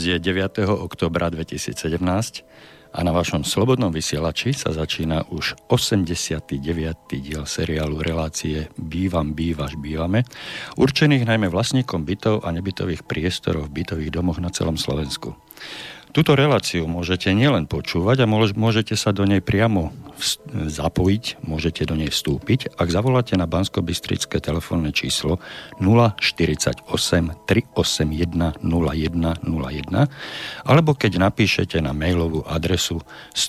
je 9. októbra 2017 a na vašom slobodnom vysielači sa začína už 89. diel seriálu relácie Bývaš, bývame, určených najmä vlastníkom bytov a nebytových priestorov v bytových domoch na celom Slovensku. Túto reláciu môžete nielen počúvať a môžete sa do nej priamo zapojiť, môžete do nej vstúpiť, ak zavoláte na banskobystrické telefónne číslo 048 381 0101 alebo keď napíšete na mailovú adresu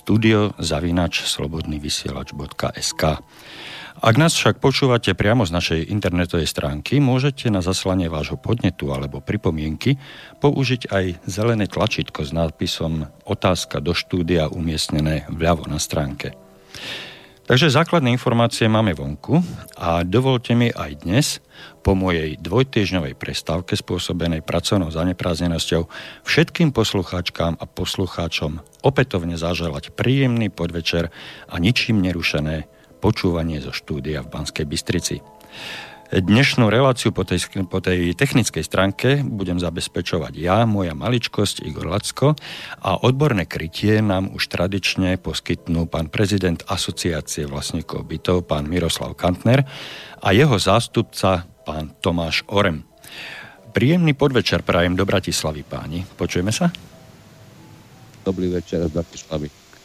studio@slobodnyvysielac.sk. Ak nás však počúvate priamo z našej internetovej stránky, môžete na zaslanie vášho podnetu alebo pripomienky použiť aj zelené tlačítko s nápisom Otázka do štúdia umiestnené vľavo na stránke. Takže základné informácie máme vonku a dovolte mi aj dnes, po mojej dvojtýždňovej prestávke spôsobenej pracovnou zaneprázdnenosťou, všetkým poslucháčkám a poslucháčom opätovne zaželať príjemný podvečer a ničím nerušené počúvanie zo štúdia v Banskej Bystrici. Dnešnú reláciu po tej technickej stránke budem zabezpečovať ja, moja maličkosť Igor Lacko a odborné krytie nám už tradične poskytnú pán prezident Asociácie vlastníkov bytov, pán Miroslav Kantner a jeho zástupca, pán Tomáš Orem. Príjemný podvečer prajem do Bratislavy, páni. Počujeme sa? Dobrý večer z Bratislavy.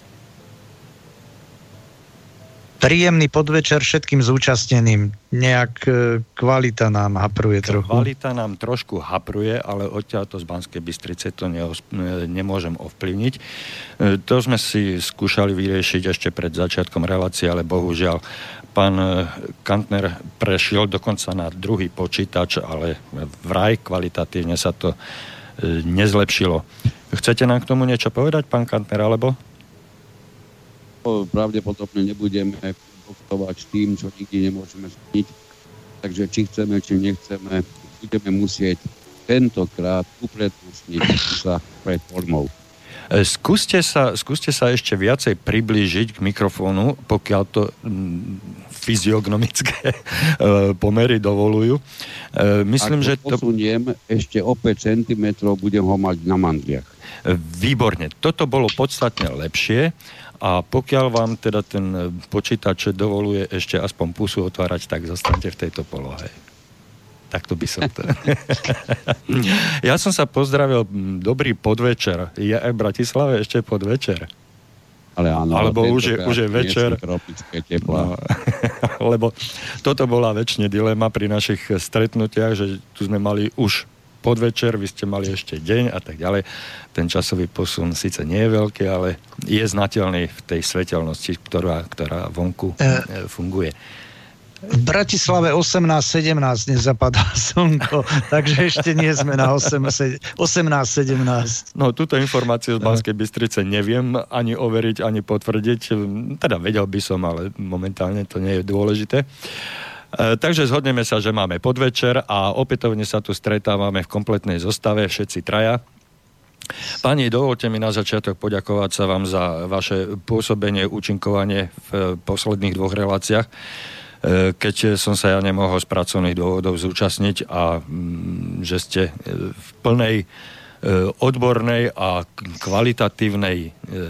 Príjemný podvečer všetkým zúčastneným. Nejak kvalita nám hapruje trochu. Kvalita nám trošku hapruje, ale odtiaľto z Banskej Bystrice to nemôžem ovplyvniť. To sme si skúšali vyriešiť ešte pred začiatkom relácie, ale bohužiaľ pán Kantner prešiel dokonca na druhý počítač, ale vraj kvalitatívne sa to nezlepšilo. Chcete nám k tomu niečo povedať, pán Kantner, alebo? Pravdepodobne nebudeme pokračovať tým, čo nikdy nemôžeme splniť. Takže či chceme, či nechceme, budeme musieť tentokrát uprednostniť sa pred formou. Skúste sa ešte viacej priblížiť k mikrofónu, pokiaľ to fyziognomické pomery dovolujú. Myslím, že to posuniem ešte o 5 cm, budem ho mať na mandliach. Výborne. Toto bolo podstatne lepšie. A pokiaľ vám teda ten počítač dovoluje ešte aspoň pusu otvárať, tak zostaňte v tejto polohe. Takto by som to... Ja som sa pozdravil, dobrý podvečer. Je aj v Bratislave ešte podvečer? Ale áno, alebo už je večer. No, lebo toto bola väčšine dilema pri našich stretnutiach, že tu sme mali už podvečer, vy ste mali ešte deň a tak ďalej. Ten časový posun síce nie je veľký, ale je znateľný v tej svetelnosti, ktorá vonku funguje. V Bratislave 18:17 nezapadá slnko, takže ešte nie sme na 18:17. No, túto informáciu z Banskej Bystrice neviem ani overiť, ani potvrdiť. Teda vedel by som, ale momentálne to nie je dôležité. Takže zhodneme sa, že máme podvečer a opätovne sa tu stretávame v kompletnej zostave, všetci traja. Pani, dovolte mi na začiatok poďakovať sa vám za vaše pôsobenie, účinkovanie v posledných 2 reláciách, keď som sa ja nemohol z pracovných dôvodov zúčastniť a že ste v plnej odbornej a kvalitatívnej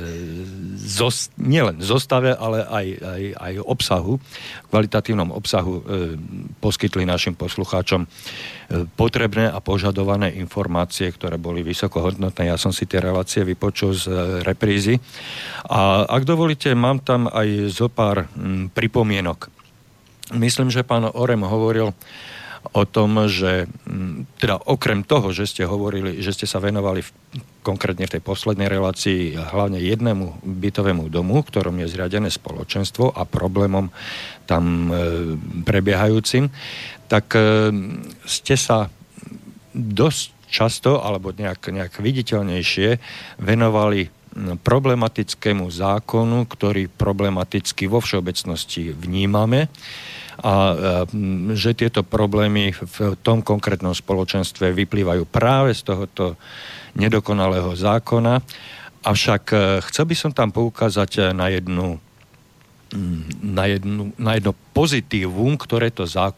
nielen zostave, ale aj obsahu, kvalitatívnom obsahu poskytli našim poslucháčom potrebné a požadované informácie, ktoré boli vysokohodnotné. Ja som si tie relácie vypočul z reprízy. A ak dovolíte, mám tam aj zo pár pripomienok. Myslím, že pán Orem hovoril o tom, že teda okrem toho, že ste hovorili, že ste sa venovali konkrétne v tej poslednej relácii hlavne jednému bytovému domu, v ktorom je zriadené spoločenstvo a problémom tam prebiehajúcim, tak ste sa dosť často alebo nejak viditeľnejšie venovali problematickému zákonu, ktorý problematicky vo všeobecnosti vnímame, a že tieto problémy v tom konkrétnom spoločenstve vyplývajú práve z tohoto nedokonalého zákona. Avšak chcel by som tam poukázať na jednu na jedno pozitívum, ktoré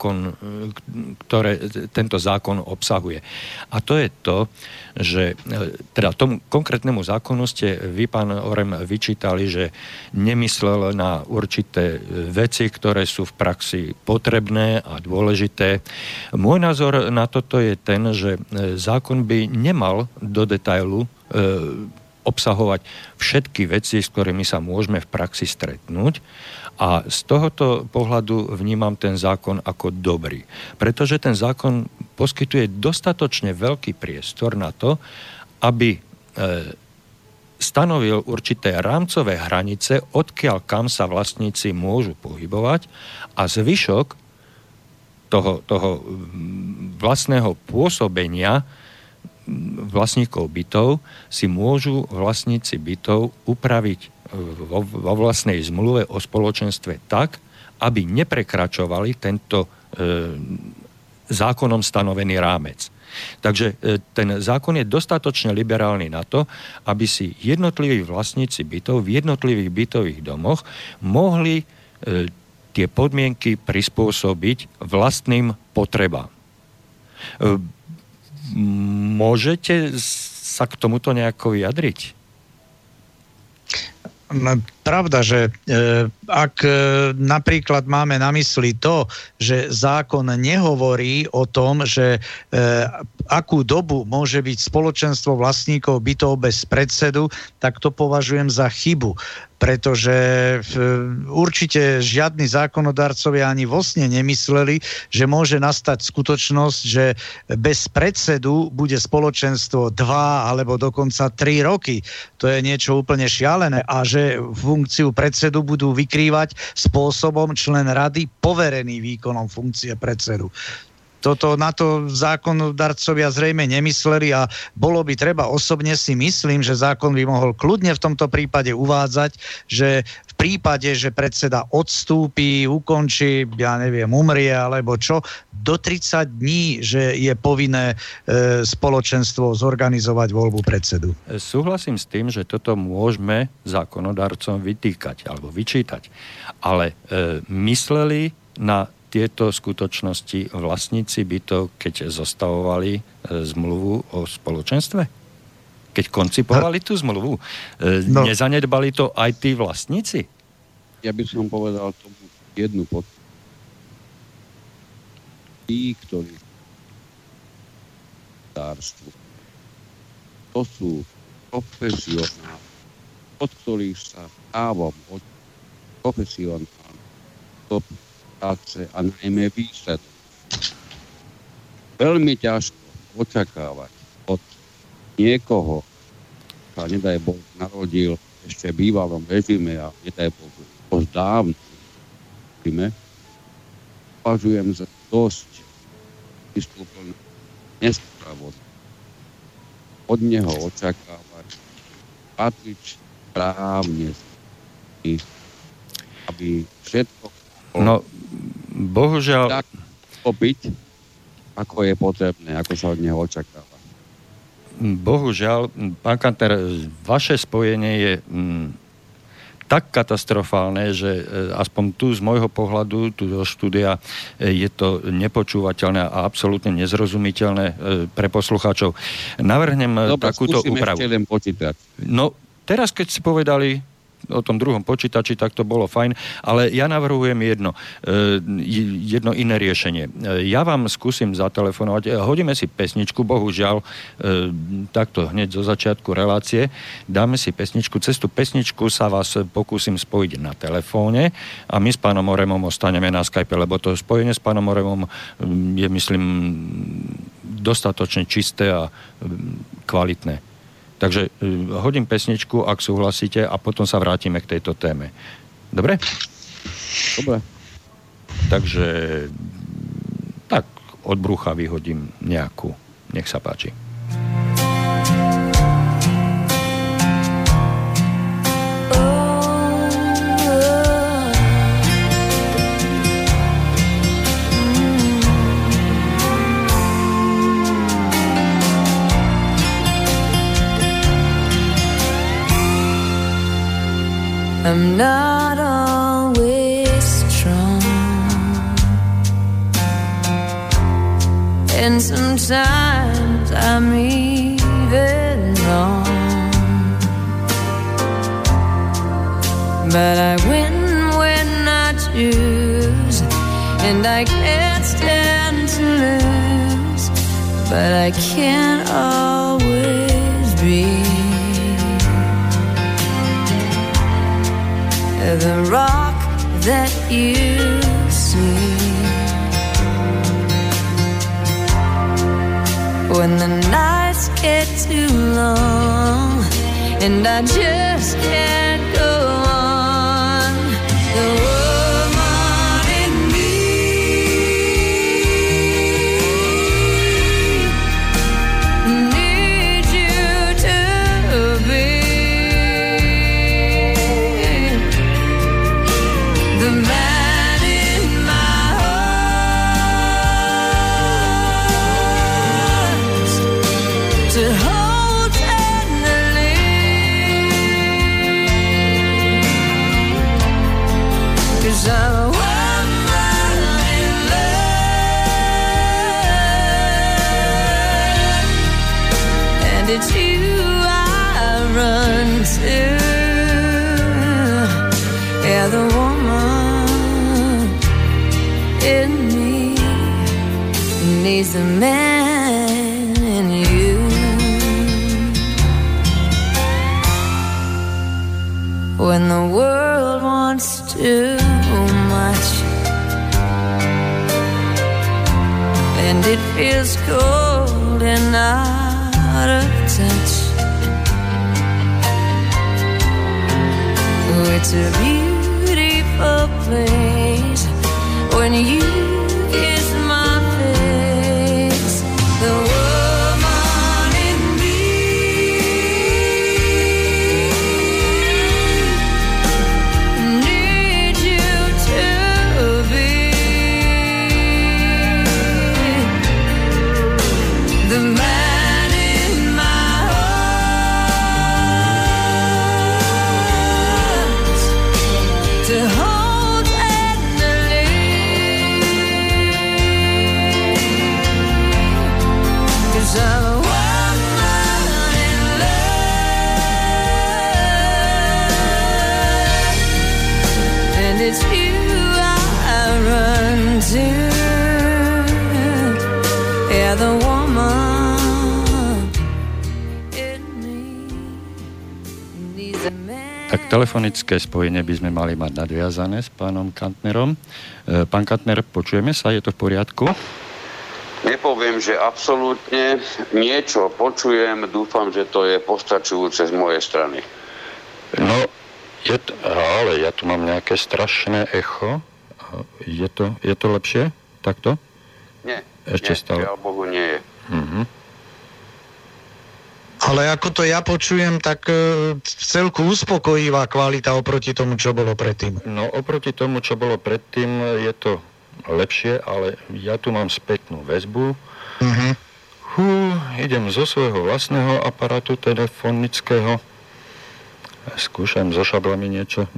tento zákon obsahuje. A to je to, že teda tomu konkrétnemu zákonu ste vy, pán Orem, vyčítali, že nemyslel na určité veci, ktoré sú v praxi potrebné a dôležité. Môj názor na toto je ten, že zákon by nemal do detailu obsahovať všetky veci, s ktorými sa môžeme v praxi stretnúť. A z tohoto pohľadu vnímam ten zákon ako dobrý. Pretože ten zákon poskytuje dostatočne veľký priestor na to, aby stanovil určité rámcové hranice, odkiaľ kam sa vlastníci môžu pohybovať, a zvyšok toho vlastného pôsobenia vlastníkov bytov si môžu vlastníci bytov upraviť vo vlastnej zmluve o spoločenstve tak, aby neprekračovali tento zákonom stanovený rámec. Takže ten zákon je dostatočne liberálny na to, aby si jednotliví vlastníci bytov v jednotlivých bytových domoch mohli tie podmienky prispôsobiť vlastným potrebám. Môžete sa k tomuto nejako vyjadriť? Pravda, že ak napríklad máme na mysli to, že zákon nehovorí o tom, že akú dobu môže byť spoločenstvo vlastníkov bytov bez predsedu, tak to považujem za chybu. Pretože určite žiadni zákonodarcovia ani vo sne nemysleli, že môže nastať skutočnosť, že bez predsedu bude spoločenstvo 2 alebo dokonca 3 roky. To je niečo úplne šialené. A že funkciu predsedu budú vykrývať spôsobom člen rady poverený výkonom funkcie predsedu. Na to zákonodarcovia zrejme nemysleli a bolo by treba, osobne si myslím, že zákon by mohol kľudne v tomto prípade uvádzať, že v prípade, že predseda odstúpi, ukončí, umrie alebo čo, do 30 dní, že je povinné spoločenstvo zorganizovať voľbu predsedu. Súhlasím s tým, že toto môžeme zákonodarcom vytýkať alebo vyčítať. Ale mysleli na tieto skutočnosti vlastníci bytov, keď zostavovali zmluvu o spoločenstve? Keď koncipovali tú zmluvu? Nezanedbali to aj tí vlastníci? Ja by som povedal tomu jednu podporu. Tí, ktorí to sú profesionáli, od ktorých sa právom profesionálne práce a najmä výsledok. Veľmi ťažko očakávať od niekoho, a nedaj Boh narodil ešte v bývalom režime a nedaj Boh dávno režime, považujem za dosť vystúplné nespravodlivé. Od neho očakávať patrične právne, aby všetko bohužiaľ tak popiť, ako je potrebné, ako sa od neho očakáva. Bohužiaľ, pán Kantner, vaše spojenie je tak katastrofálne, že aspoň tu z môjho pohľadu, tu do štúdia, je to nepočúvateľné a absolútne nezrozumiteľné pre poslucháčov. Navrhnem takúto úpravu. Ešte len počítať. No, teraz keď si povedali o tom druhom počítači, tak to bolo fajn, ale ja navrhujem jedno iné riešenie. Ja vám skúsim zatelefonovať, hodíme si pesničku, bohužiaľ, takto hneď zo začiatku relácie, dáme si pesničku, cez tú pesničku sa vás pokúsim spojiť na telefóne a my s pánom Oremom ostaneme na Skype, lebo to spojenie s pánom Oremom je, myslím, dostatočne čisté a kvalitné. Takže hodím pesničku, ak súhlasíte, a potom sa vrátime k tejto téme. Dobre? Dobre. Takže tak od brucha vyhodím nejakú. Nech sa páči. I'm not always And sometimes I'm even wrong, but I win when I choose, and I can't stand to lose, but I can't always be the rock that you see. When the nights get too long and I just can't go on, the woman in me needs you to be the man in my heart to hold tenderly, 'cause I'm a woman in love, and it's you I run to. Yeah, the woman in me needs the man in you. When the world wants too much and it feels cold and out of touch, oh, it's a beautiful place when you kiss my face. The woman in me needs you to be the man in my heart to hold tenderly, 'cause I'm a woman in love, and it's you I run to. Yeah, the woman in me needs a man. Tak telefonické spojenie by sme mali mať nadviazané s pánom Kantnerom. Pán Kantner, počujeme sa? Je to v poriadku? Nepoviem, že absolútne niečo počujem, dúfam, že to je postačujúce z mojej strany. No, ale ja tu mám nejaké strašné echo. Je to lepšie? Takto? Nie, Ešte stále. Žiaľ Bohu nie je. Ale ako to ja počujem, tak v celku uspokojivá kvalita oproti tomu, čo bolo predtým. No, oproti tomu, čo bolo predtým, je to lepšie, ale ja tu mám spätnú väzbu. Idem zo svojho vlastného aparátu telefonického. Skúšam so šablami niečo.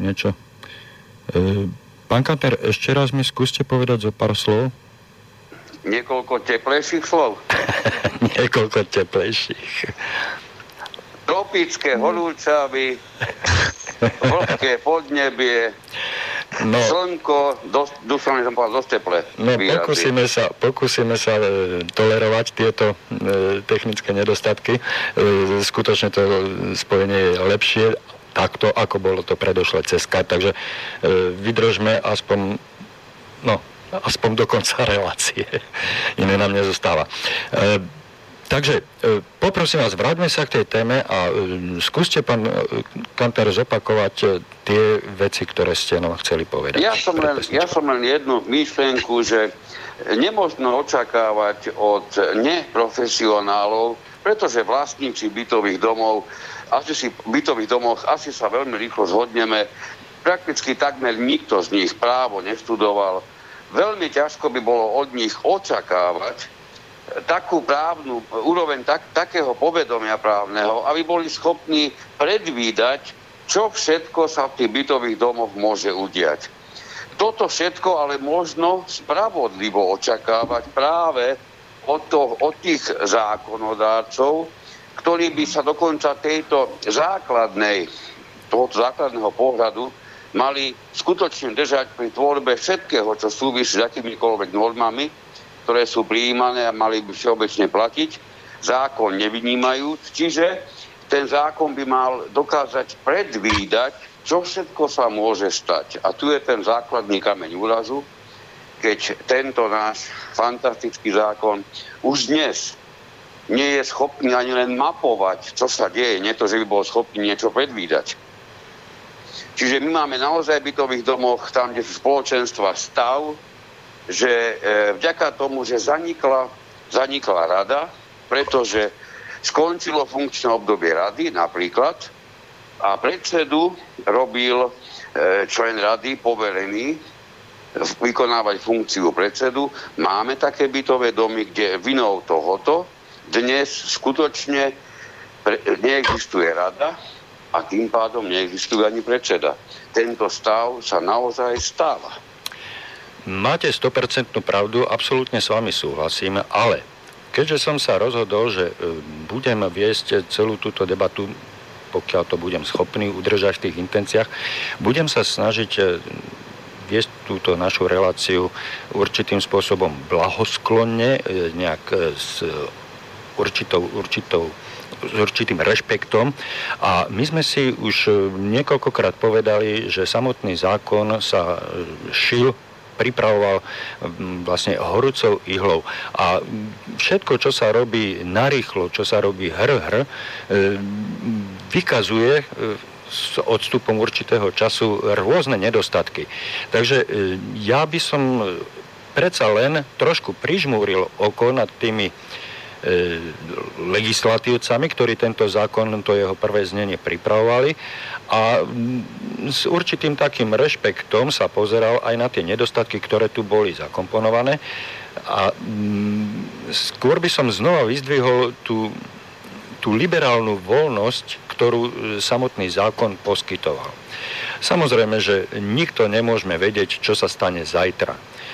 Pán Kantner, ešte raz mi skúste povedať zo pár slov. Niekoľko teplejších slov. Niekoľko teplejších. Tropické horúčavy, vlhké podnebie, slnko, dúfam, že som povedal dosť teplé. No, pokúsime sa tolerovať tieto technické nedostatky. Skutočne to spojenie je lepšie takto, ako bolo to predošle cez Skype, takže vydržme aspoň do konca relácie. Iné nám nezostáva. Takže poprosím vás, vráťme sa k tej téme a skúste, pán Kantner, zopakovať tie veci, ktoré ste nám chceli povedať. Ja som len jednu myšlienku, že nemožno očakávať od neprofesionálov, pretože vlastníci bytových domov, asi sa veľmi rýchlo zhodneme, prakticky takmer nikto z nich právo neštudoval. Veľmi ťažko by bolo od nich očakávať takú právnu úroveň takého povedomia právneho, aby boli schopní predvídať, čo všetko sa v tých bytových domoch môže udiať. Toto všetko ale možno spravodlivo očakávať práve od tých zákonodárcov, ktorí by sa dokonca tohoto základného pohľadu mali skutočne držať pri tvorbe všetkého, čo súvisí s akýmikoľvek normami, ktoré sú prijímané a mali by všeobecne platiť, zákon nevynímajúc. Čiže ten zákon by mal dokázať predvídať, čo všetko sa môže stať. A tu je ten základný kameň úrazu, keď tento náš fantastický zákon už dnes nie je schopný ani len mapovať, čo sa deje, nie to, že by bol schopný niečo predvídať. Čiže my máme naozaj v bytových domoch, tam, kde sú spoločenstva, stav, že vďaka tomu, že zanikla rada, pretože skončilo funkčné obdobie rady napríklad a predsedu robil člen rady poverený vykonávať funkciu predsedu. Máme také bytové domy, kde vinou tohoto dnes skutočne neexistuje rada a tým pádom neexistuje ani predseda. Tento stav sa naozaj stáva. Máte 100% pravdu, absolútne s vami súhlasím, ale keďže som sa rozhodol, že budem viesť celú túto debatu, pokiaľ to budem schopný udržať v tých intenciách, budem sa snažiť viesť túto našu reláciu určitým spôsobom blahosklonne, nejak s určitým rešpektom. A my sme si už niekoľkokrát povedali, že samotný zákon sa pripravoval vlastne horúcou ihlou. A všetko, čo sa robí narýchlo, čo sa robí vykazuje s odstupom určitého času rôzne nedostatky. Takže ja by som predsa len trošku prižmúril oko nad tými legislatívcami, ktorí tento zákon, to jeho prvé znenie pripravovali a s určitým takým rešpektom sa pozeral aj na tie nedostatky, ktoré tu boli zakomponované a skôr by som znova vyzdvihol tú liberálnu voľnosť, ktorú samotný zákon poskytoval. Samozrejme, že nikto nemôžeme vedieť, čo sa stane zajtra.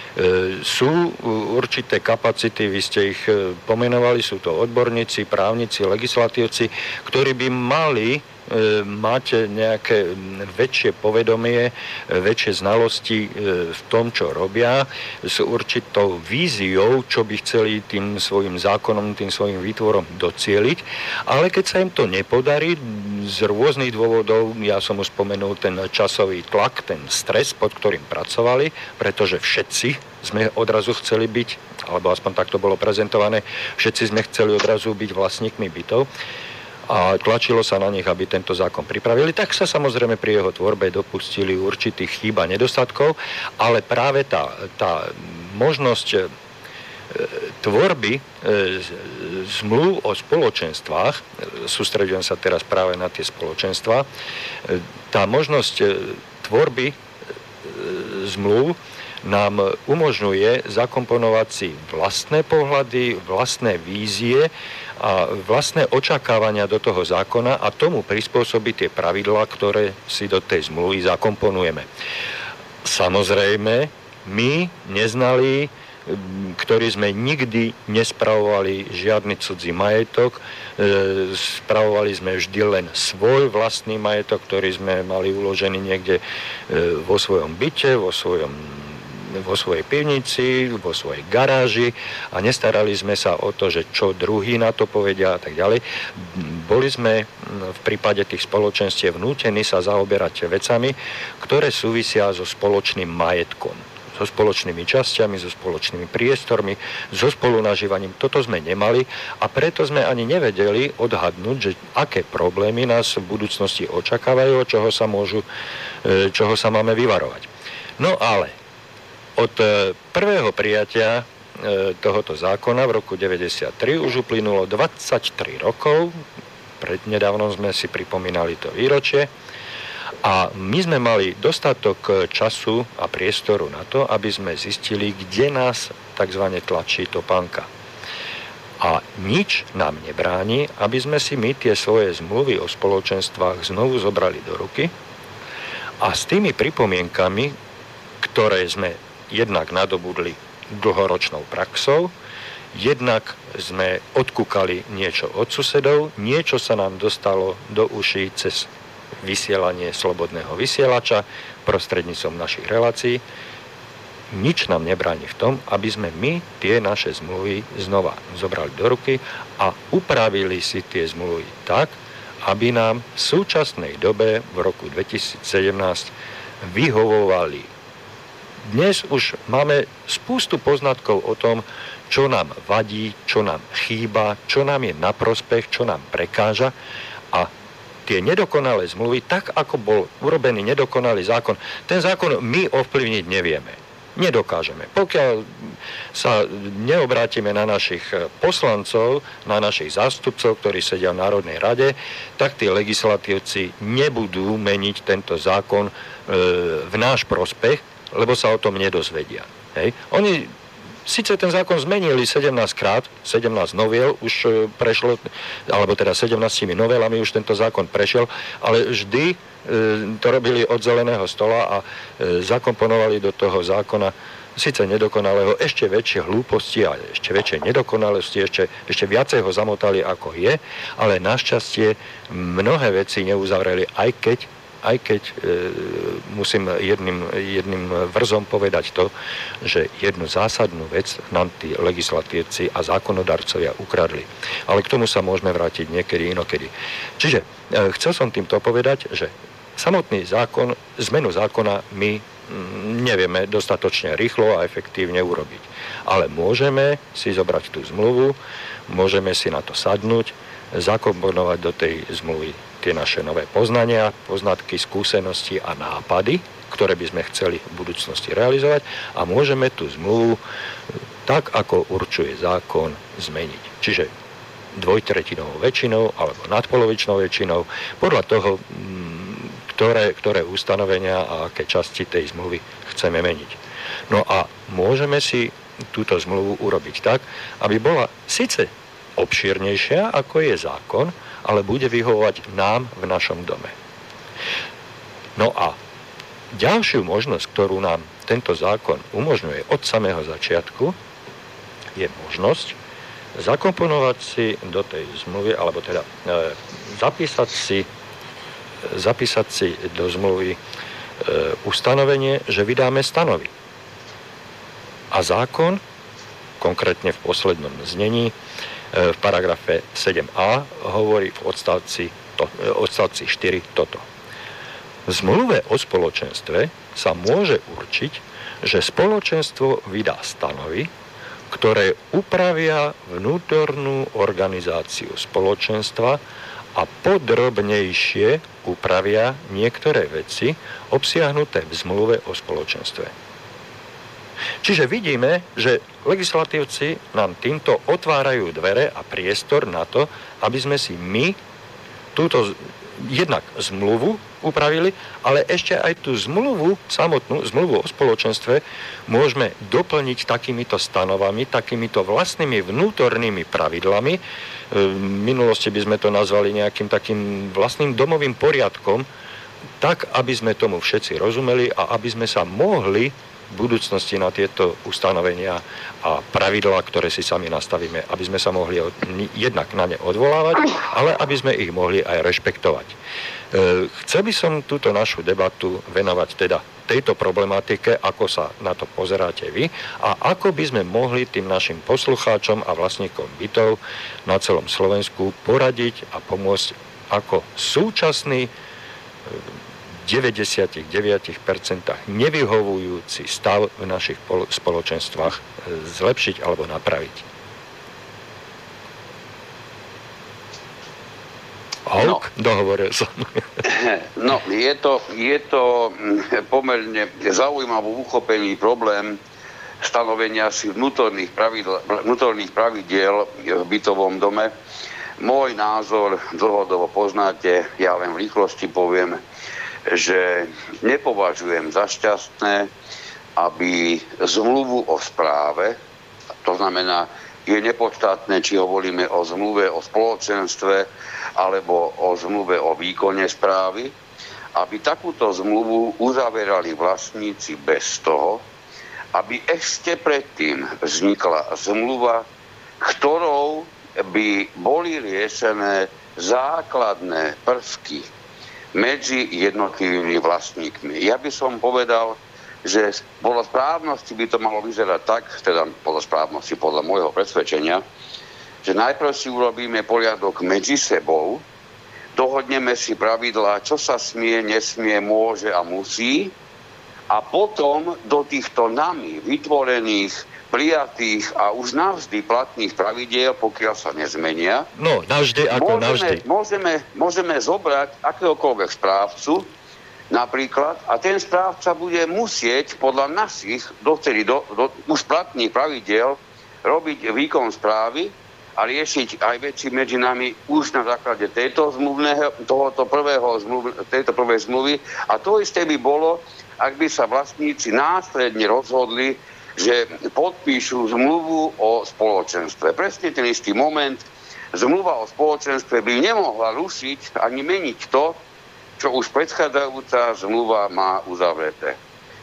Sú určité kapacity, vy ste ich pomenovali, sú to odborníci, právnici, legislatívci, ktorí by mali mať nejaké väčšie povedomie, väčšie znalosti v tom, čo robia, s určitou víziou, čo by chceli tým svojim zákonom, tým svojim výtvorom docieliť. Ale keď sa im to nepodarí z rôznych dôvodov, ja som už spomenul ten časový tlak, ten stres, pod ktorým pracovali, pretože všetci sme odrazu chceli byť, alebo aspoň takto bolo prezentované, všetci sme chceli odrazu byť vlastníkmi bytov a tlačilo sa na nich, aby tento zákon pripravili, tak sa samozrejme pri jeho tvorbe dopustili určitých chýb a nedostatkov, ale práve tá možnosť tvorby zmluv o spoločenstvách, sústreďujem sa teraz práve na tie spoločenstvá, tá možnosť tvorby zmluv nám umožňuje zakomponovať si vlastné pohľady, vlastné vízie a vlastné očakávania do toho zákona a tomu prispôsobiť tie pravidlá, ktoré si do tej zmluvy zakomponujeme. Samozrejme, my neznali, ktorí sme nikdy nespravovali žiadny cudzí majetok, spravovali sme vždy len svoj vlastný majetok, ktorý sme mali uložený niekde vo svojom byte, vo svojej pivnici, vo svojej garáži a nestarali sme sa o to, že čo druhý na to povedia a tak ďalej. Boli sme v prípade tých spoločenstiev nútení sa zaoberať vecami, ktoré súvisia so spoločným majetkom, so spoločnými časťami, so spoločnými priestormi, so spolunažívaním. Toto sme nemali a preto sme ani nevedeli odhadnúť, že aké problémy nás v budúcnosti očakávajú, čoho sa máme vyvarovať. No ale od prvého prijatia tohoto zákona v roku 1993 už uplynulo 23 rokov, prednedávnom sme si pripomínali to výročie a my sme mali dostatok času a priestoru na to, aby sme zistili, kde nás takzvané tlačí topánka. A nič nám nebráni, aby sme si my tie svoje zmluvy o spoločenstvách znovu zobrali do ruky a s tými pripomienkami, ktoré sme jednak nadobudli dlhoročnou praxou, Jednak sme odkúkali niečo od susedov, niečo sa nám dostalo do uší cez vysielanie slobodného vysielača prostredníctvom našich relácií. Nič nám nebráni v tom, aby sme my tie naše zmluvy znova zobrali do ruky a upravili si tie zmluvy tak, aby nám v súčasnej dobe v roku 2017 vyhovovali. Dnes už máme spústu poznatkov o tom, čo nám vadí, čo nám chýba, čo nám je na prospech, čo nám prekáža, a tie nedokonalé zmluvy, tak ako bol urobený nedokonalý zákon, ten zákon my ovplyvniť nevieme. Nedokážeme. Pokiaľ sa neobrátime na našich poslancov, na našich zástupcov, ktorí sedia v Národnej rade, tak tí legislatívci nebudú meniť tento zákon v náš prospech, lebo sa o tom nedozvedia. Hej. Oni síce ten zákon zmenili 17 krát, 17 noviel už prešlo, alebo teda 17 novelami už tento zákon prešiel, ale vždy to robili od zeleného stola a zakomponovali do toho zákona síce nedokonalého ešte väčšie hlúposti a ešte väčšie nedokonalosti, ešte viacej ho zamotali ako je, ale našťastie mnohé veci neuzavreli, aj keď musím jedným vrzom povedať to, že jednu zásadnú vec nám tí legislatívci a zákonodarcovia ukradli. Ale k tomu sa môžeme vrátiť niekedy inokedy. Čiže chcel som týmto povedať, že samotný zákon, zmenu zákona my nevieme dostatočne rýchlo a efektívne urobiť. Ale môžeme si zobrať tú zmluvu, môžeme si na to sadnúť, zakomponovať do tej zmluvy tie naše nové poznania, poznatky, skúsenosti a nápady, ktoré by sme chceli v budúcnosti realizovať, a môžeme tú zmluvu tak, ako určuje zákon, zmeniť. Čiže dvojtretinovou väčšinou alebo nadpolovičnou väčšinou, podľa toho, ktoré ustanovenia a aké časti tej zmluvy chceme meniť. No a môžeme si túto zmluvu urobiť tak, aby bola síce obšírnejšia, ako je zákon, ale bude vyhovovať nám v našom dome. No a ďalšiu možnosť, ktorú nám tento zákon umožňuje od samého začiatku, je možnosť zakomponovať si do tej zmluvy, alebo teda zapísať si do zmluvy ustanovenie, že vydáme stanovy. A zákon, konkrétne v poslednom znení, v paragrafe 7a, hovorí v odstavci 4 toto. V zmluve o spoločenstve sa môže určiť, že spoločenstvo vydá stanovy, ktoré upravia vnútornú organizáciu spoločenstva a podrobnejšie upravia niektoré veci obsiahnuté v zmluve o spoločenstve. Čiže vidíme, že legislatívci nám týmto otvárajú dvere a priestor na to, aby sme si my túto jednak zmluvu upravili, ale ešte aj tú zmluvu, samotnú zmluvu o spoločenstve môžeme doplniť takýmito stanovami, takýmito vlastnými vnútornými pravidlami. V minulosti by sme to nazvali nejakým takým vlastným domovým poriadkom, tak, aby sme tomu všetci rozumeli a aby sme sa mohli v budúcnosti na tieto ustanovenia a pravidlá, ktoré si sami nastavíme, aby sme sa mohli jednak na ne odvolávať, ale aby sme ich mohli aj rešpektovať. Chcel by som túto našu debatu venovať teda tejto problematike, ako sa na to pozeráte vy a ako by sme mohli tým našim poslucháčom a vlastníkom bytov na celom Slovensku poradiť a pomôcť, ako súčasný 99% nevyhovujúci stav v našich spoločenstvách zlepšiť alebo napraviť. Dohovoril som. No, je to pomerne zaujímavý uchopený problém stanovenia si vnútorných pravidiel v bytovom dome. Môj názor dlhodobo poznáte, ja len v rýchlosti poviem, že nepovažujem za šťastné, aby zmluvu o správe, to znamená, je nepodstatné, či hovoríme o zmluve o spoločenstve alebo o zmluve o výkone správy, aby takúto zmluvu uzaverali vlastníci bez toho, aby ešte predtým vznikla zmluva ktorou by boli riešené základné prvky medzi jednotlivými vlastníkmi. Ja by som povedal, že podľa správnosti by to malo vyzerať tak, teda podľa správnosti, podľa môjho presvedčenia, že najprv si urobíme poriadok medzi sebou, dohodneme si pravidlá, čo sa smie, nesmie, môže a musí, a potom do týchto nami vytvorených, prijatých a už navždy platných pravidiel, pokiaľ sa nezmenia, no, navždy ako navždy. Môžeme zobrať akéhokoľvek správcu, napríklad, a ten správca bude musieť podľa našich už platných pravidiel robiť výkon správy a riešiť aj veci medzi nami už na základe tejto prvej zmluvy. A to isté by bolo, ak by sa vlastníci následne rozhodli, že podpíšu zmluvu o spoločenstve. Presne ten istý moment, zmluva o spoločenstve by nemohla rušiť ani meniť to, čo už predchádzajúca zmluva má uzavreté.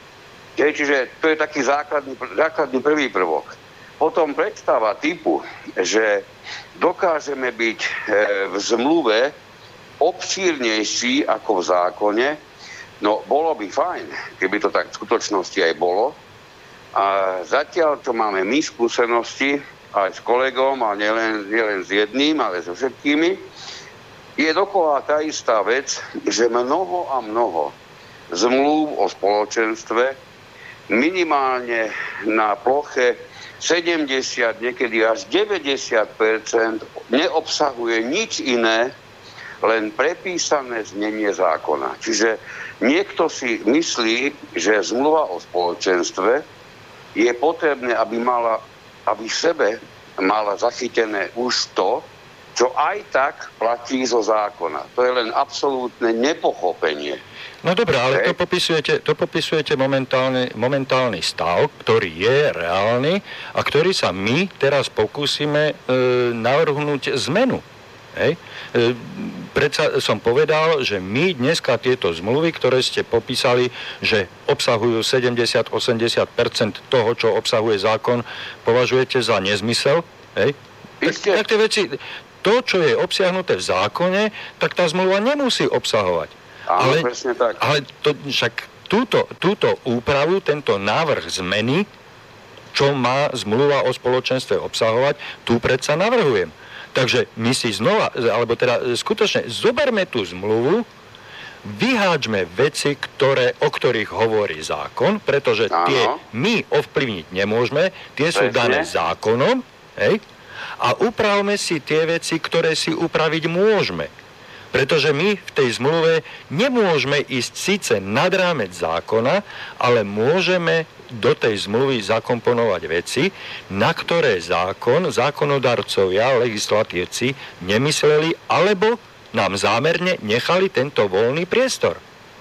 Čiže to je taký základný prvý prvok. Potom predstava typu, že dokážeme byť v zmluve obšírnejší ako v zákone, no bolo by fajn, keby to tak v skutočnosti aj bolo. A zatiaľ, čo máme my skúsenosti, aj s kolegom, a nielen s jedným, ale so všetkými, je dokola tá istá vec, že mnoho a mnoho zmluv o spoločenstve minimálne na ploche 70, niekedy až 90% neobsahuje nič iné, len prepísané znenie zákona. Čiže niekto si myslí, že zmluva o spoločenstve je potrebné, aby v sebe mala zachytené už to, čo aj tak platí zo zákona. To je len absolútne nepochopenie. No dobré, ale to popisujete momentálny stav, ktorý je reálny a ktorý sa my teraz pokúsime navrhnúť zmenu. Hej? Predsa som povedal, že my dneska tieto zmluvy, ktoré ste popísali, že obsahujú 70-80% toho, čo obsahuje zákon, považujete za nezmysel? Hej? Tak tie veci, to, čo je obsiahnuté v zákone, tak tá zmluva nemusí obsahovať. Áno, presne tak. Ale však túto úpravu, tento návrh zmeny, čo má zmluva o spoločenstve obsahovať, tu predsa navrhujem. Takže my si znova, alebo teda skutočne zoberme tú zmluvu, vyháčme veci, o ktorých hovorí zákon, pretože tie my ovplyvniť nemôžeme, tie sú dané zákonom, hej? A upravme si tie veci, ktoré si upraviť môžeme. Pretože my v tej zmluve nemôžeme ísť síce nad rámec zákona, ale môžeme do tej zmluvy zakomponovať veci, na ktoré zákonodarcovia, legislatívci nemysleli, alebo nám zámerne nechali tento voľný priestor.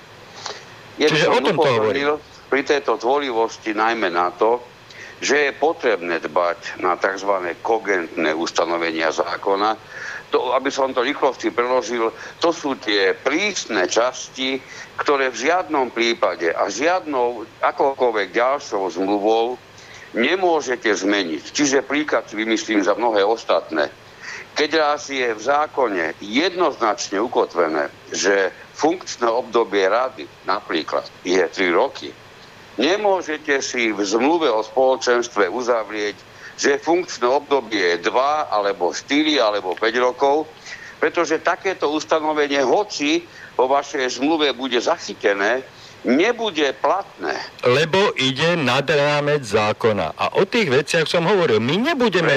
Čiže o tom to hovorím. Pri tejto tvorivosti najmä na to, že je potrebné dbať na tzv. Kogentné ustanovenia zákona. To, aby som to rýchlosti preložil, to sú tie prísne časti, ktoré v žiadnom prípade a žiadnou akokoľvek ďalšou zmluvou nemôžete zmeniť. Čiže príklad si vymyslím za mnohé ostatné. Keď raz je v zákone jednoznačne ukotvené, že funkčné obdobie rady napríklad je 3 roky, nemôžete si v zmluve o spoločenstve uzavrieť, že funkčné obdobie je 2, alebo 4, alebo 5 rokov, pretože takéto ustanovenie, hoci vo vašej zmluve bude zachytené, nebude platné. Lebo ide nad rámec zákona. A o tých veciach som hovoril, my nebudeme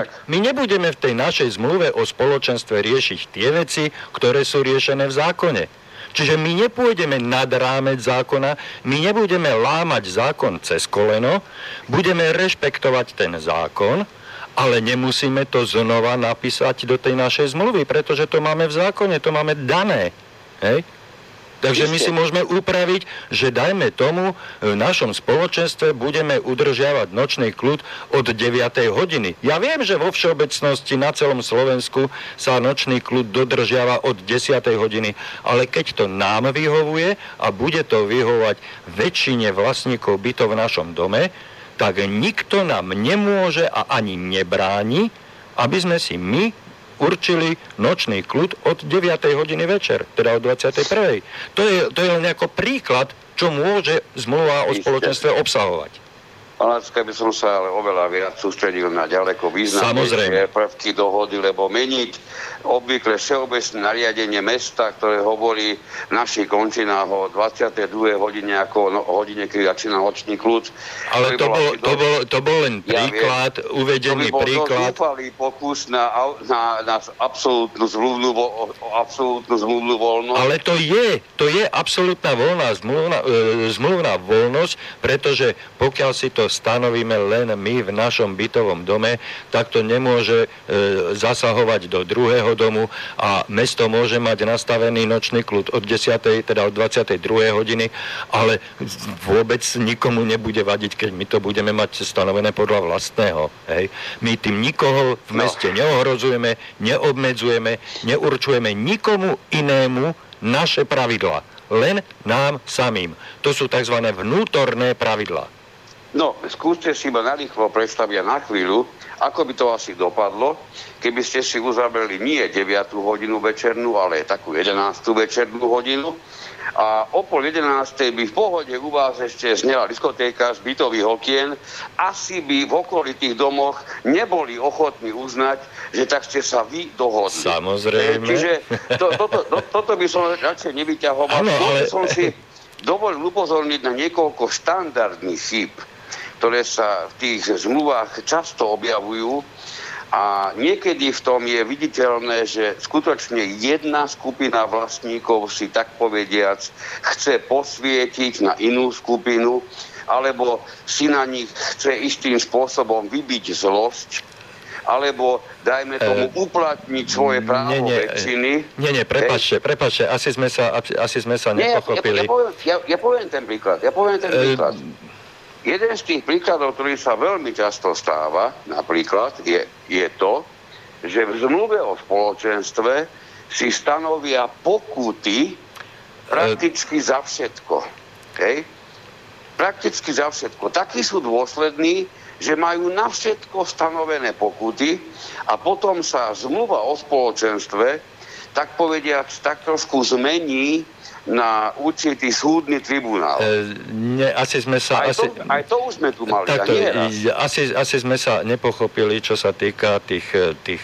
v tej našej zmluve o spoločenstve riešiť tie veci, ktoré sú riešené v zákone. Čiže my nepôjdeme nad rámec zákona, my nebudeme lámať zákon cez koleno, budeme rešpektovať ten zákon, ale nemusíme to znova napísať do tej našej zmluvy, pretože to máme v zákone, to máme dané. Hej? Takže my si môžeme upraviť, že dajme tomu, v našom spoločenstve budeme udržiavať nočný kľud od 9. hodiny. Ja viem, že vo všeobecnosti na celom Slovensku sa nočný kľud dodržiava od 10. hodiny, ale keď to nám vyhovuje a bude to vyhovovať väčšine vlastníkov bytov v našom dome, tak nikto nám nemôže a ani nebráni, aby sme si my určili nočný kľud od 9. hodiny večer, teda od 21. To je len ako príklad, čo môže zmluva o spoločenstve obsahovať. Láska, by som sa ale oveľa viac sústredil na ďaleko významnejšie prvky dohody, lebo meniť obvykle všeobecné nariadenie mesta, ktoré hovorí v našich končinách o 22. hodine ako hodine, keď začína nočný kľud. Ale to bol len príklad, uvedený príklad. To bol dosť pokus na absolútnu zmluvnú voľnosť. Ale to je absolútna zmluvná voľnosť, pretože pokiaľ si to stanovíme len my v našom bytovom dome, tak to nemôže zasahovať do druhého domu a mesto môže mať nastavený nočný kľud od 10. teda od 22. hodiny, ale vôbec nikomu nebude vadiť, keď my to budeme mať stanovené podľa vlastného. Hej. My tým nikoho v meste neohrozujeme, neobmedzujeme, neurčujeme nikomu inému naše pravidlá. Len nám samým. To sú tzv. Vnútorné pravidlá. No, skúste si ma narýchlo predstaviť na chvíľu, ako by to asi dopadlo, keby ste si uzavreli nie 9. hodinu večernú, ale takú 11. večernú hodinu a o 10:30 by v pohode u vás ešte znela diskotéka z bytových okien, asi by v okolitých domoch neboli ochotní uznať, že tak ste sa vy dohodli. Samozrejme. Čiže toto by som radšej nevyťahoval. Ale som si dovolil upozorniť na niekoľko štandardných chýb, ktoré sa v tých zmluvách často objavujú a niekedy v tom je viditeľné, že skutočne jedna skupina vlastníkov si tak povediac chce posvietiť na inú skupinu alebo si na nich chce istým spôsobom vybiť zlosť alebo dajme tomu uplatniť svoje právo väčšiny. Nie, prepáčte, asi sme sa nepochopili. Ja poviem ten príklad. Jeden z tých príkladov, ktorý sa veľmi často stáva, napríklad, je to, že v zmluve o spoločenstve si stanovia pokuty prakticky za všetko. Okay? Prakticky za všetko. Takí sú dôslední, že majú na všetko stanovené pokuty a potom sa zmluva o spoločenstve, tak povediac, tak trošku zmení na určitý súdny tribunál. Asi sme sa... Aj to už sme tu mali. Takto, asi sme sa nepochopili, čo sa týka tých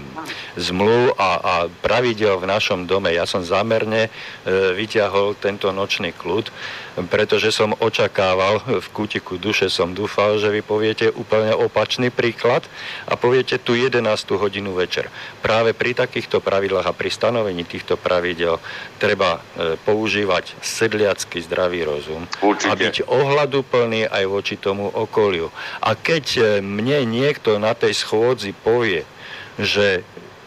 zmluv a pravidel v našom dome. Ja som zámerne vyťahol tento nočný kľud, pretože som očakával, v kútiku duše som dúfal, že vy poviete úplne opačný príklad a poviete tu 11. hodinu večer. Práve pri takýchto pravidlách a pri stanovení týchto pravidel treba používať sedliacky zdravý rozum. Určite. A byť ohľaduplný aj voči tomu okoliu. A keď mne niekto na tej schôdzi povie, že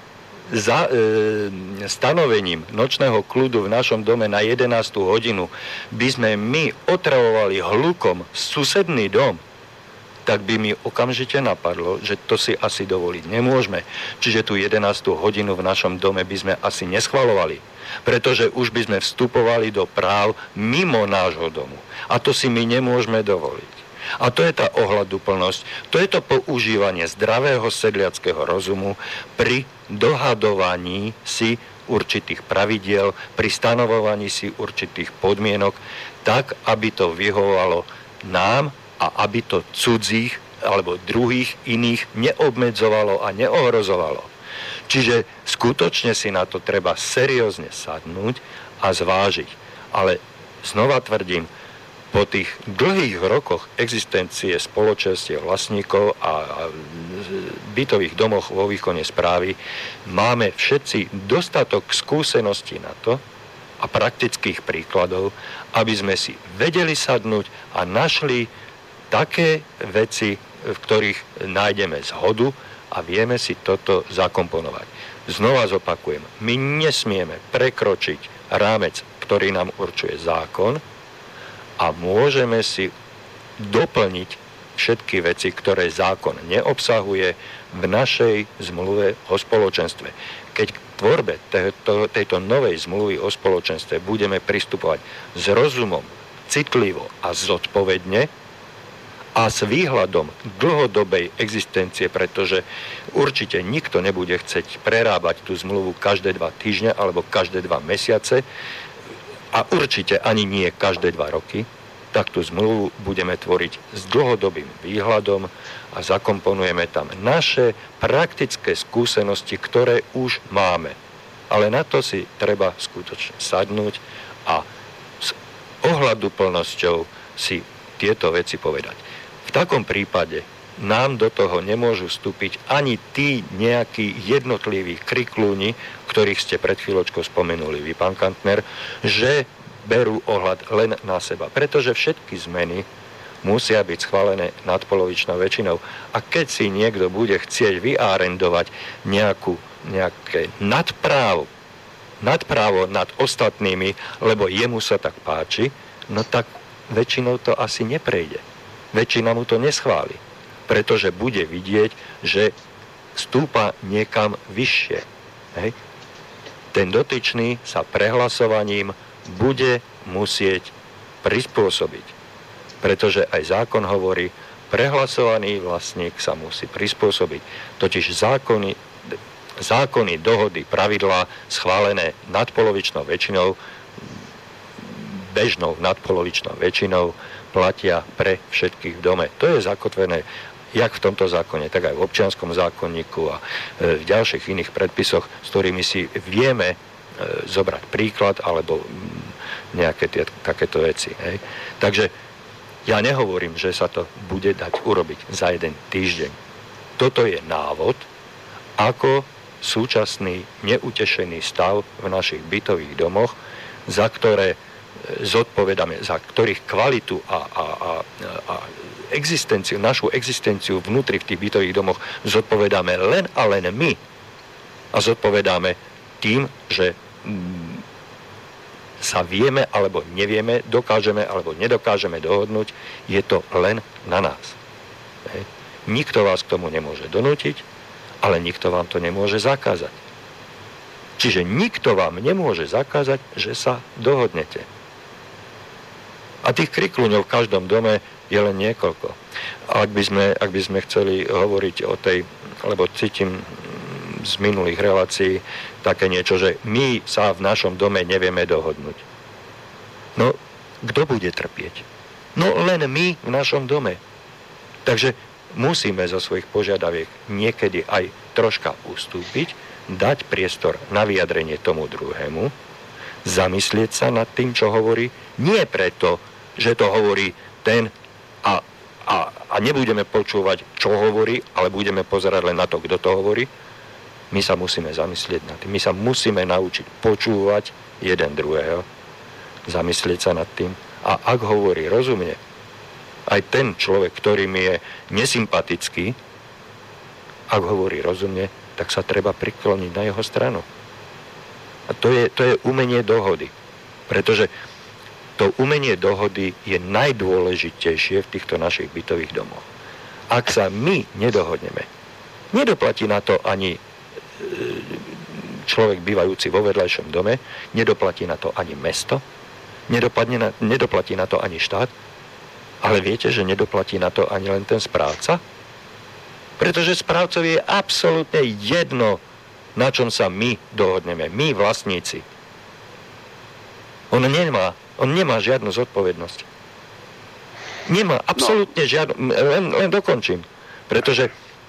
za stanovením nočného kľudu v našom dome na 11. hodinu by sme my otravovali hlukom susedný dom, tak by mi okamžite napadlo, že to si asi dovoliť nemôžeme. Čiže tú 11. hodinu v našom dome by sme asi neschvaľovali, pretože už by sme vstupovali do práv mimo nášho domu. A to si my nemôžeme dovoliť. A to je tá ohľaduplnosť, to je to používanie zdravého sedliackého rozumu pri dohadovaní si určitých pravidiel, pri stanovovaní si určitých podmienok, tak, aby to vyhovovalo nám a aby to cudzích alebo druhých iných neobmedzovalo a neohrozovalo. Čiže skutočne si na to treba seriózne sadnúť a zvážiť. Ale znova tvrdím, po tých dlhých rokoch existencie spoločenstiev vlastníkov a bytových domoch vo výkone správy máme všetci dostatok skúseností na to a praktických príkladov, aby sme si vedeli sadnúť a našli také veci, v ktorých nájdeme zhodu a vieme si toto zakomponovať. Znova zopakujem, my nesmieme prekročiť rámec, ktorý nám určuje zákon, a môžeme si doplniť všetky veci, ktoré zákon neobsahuje v našej zmluve o spoločenstve. Keď k tvorbe tejto novej zmluvy o spoločenstve budeme pristupovať s rozumom, citlivo a zodpovedne a s výhľadom dlhodobej existencie, pretože určite nikto nebude chcieť prerábať tú zmluvu každé 2 týždne alebo každé 2 mesiace a určite ani nie každé 2 roky, tak tú zmluvu budeme tvoriť s dlhodobým výhľadom a zakomponujeme tam naše praktické skúsenosti, ktoré už máme. Ale na to si treba skutočne sadnúť a s ohľaduplnosťou si tieto veci povedať. V takom prípade nám do toho nemôžu vstúpiť ani tí nejakí jednotliví kriklúni, ktorých ste pred chvíľočkou spomenuli vy, pán Kantner, že berú ohľad len na seba. Pretože všetky zmeny musia byť schválené nadpolovičnou väčšinou. A keď si niekto bude chcieť vyárendovať nejaké nadprávo nad ostatnými, lebo jemu sa tak páči, no tak väčšinou to asi neprejde. Väčšina mu to neschváli, pretože bude vidieť, že stúpa niekam vyššie. Hej? Ten dotyčný sa prehlasovaním bude musieť prispôsobiť. Pretože aj zákon hovorí, prehlasovaný vlastník sa musí prispôsobiť. Totiž zákony, dohody, pravidlá schválené nadpolovičnou väčšinou, bežnou nadpolovičnou väčšinou, platia pre všetkých v dome. To je zakotvené jak v tomto zákone, tak aj v občianskom zákonníku a v ďalších iných predpisoch, s ktorými si vieme zobrať príklad alebo nejaké takéto veci. Hej. Takže ja nehovorím, že sa to bude dať urobiť za 1 týždeň. Toto je návod, ako súčasný neutešený stav v našich bytových domoch, za ktoré zodpovedáme, za ktorých kvalitu a existenciu, našu existenciu vnútri v tých bytových domoch zodpovedáme len a len my. A zodpovedáme tým, že sa vieme alebo nevieme, dokážeme alebo nedokážeme dohodnúť, je to len na nás. Hej. Nikto vás k tomu nemôže donútiť, ale nikto vám to nemôže zakázať. Čiže nikto vám nemôže zakázať, že sa dohodnete. A tých krikluňov v každom dome je len niekoľko. Ak by sme chceli hovoriť o tej, lebo cítim z minulých relácií také niečo, že my sa v našom dome nevieme dohodnúť. No, kto bude trpieť? No len my v našom dome. Takže musíme zo svojich požiadaviek niekedy aj troška ustúpiť, dať priestor na vyjadrenie tomu druhému, zamyslieť sa nad tým, čo hovorí, nie preto, že to hovorí ten a nebudeme počúvať, čo hovorí, ale budeme pozerať len na to, kto to hovorí. My sa musíme zamyslieť nad tým. My sa musíme naučiť počúvať jeden druhého, zamyslieť sa nad tým. A ak hovorí rozumne, aj ten človek, ktorý mi je nesympatický, ak hovorí rozumne, tak sa treba prikloniť na jeho stranu. A to je umenie dohody. Pretože to umenie dohody je najdôležitejšie v týchto našich bytových domoch. Ak sa my nedohodneme, nedoplatí na to ani človek bývajúci vo vedľajšom dome, nedoplatí na to ani mesto, nedoplatí na to ani štát, ale viete, že nedoplatí na to ani len ten správca? Pretože správcovi je absolútne jedno, na čom sa my dohodneme, my vlastníci. On nemá žiadnu zodpovednosť. Nemá absolútne žiadnu, len dokončím. Pretože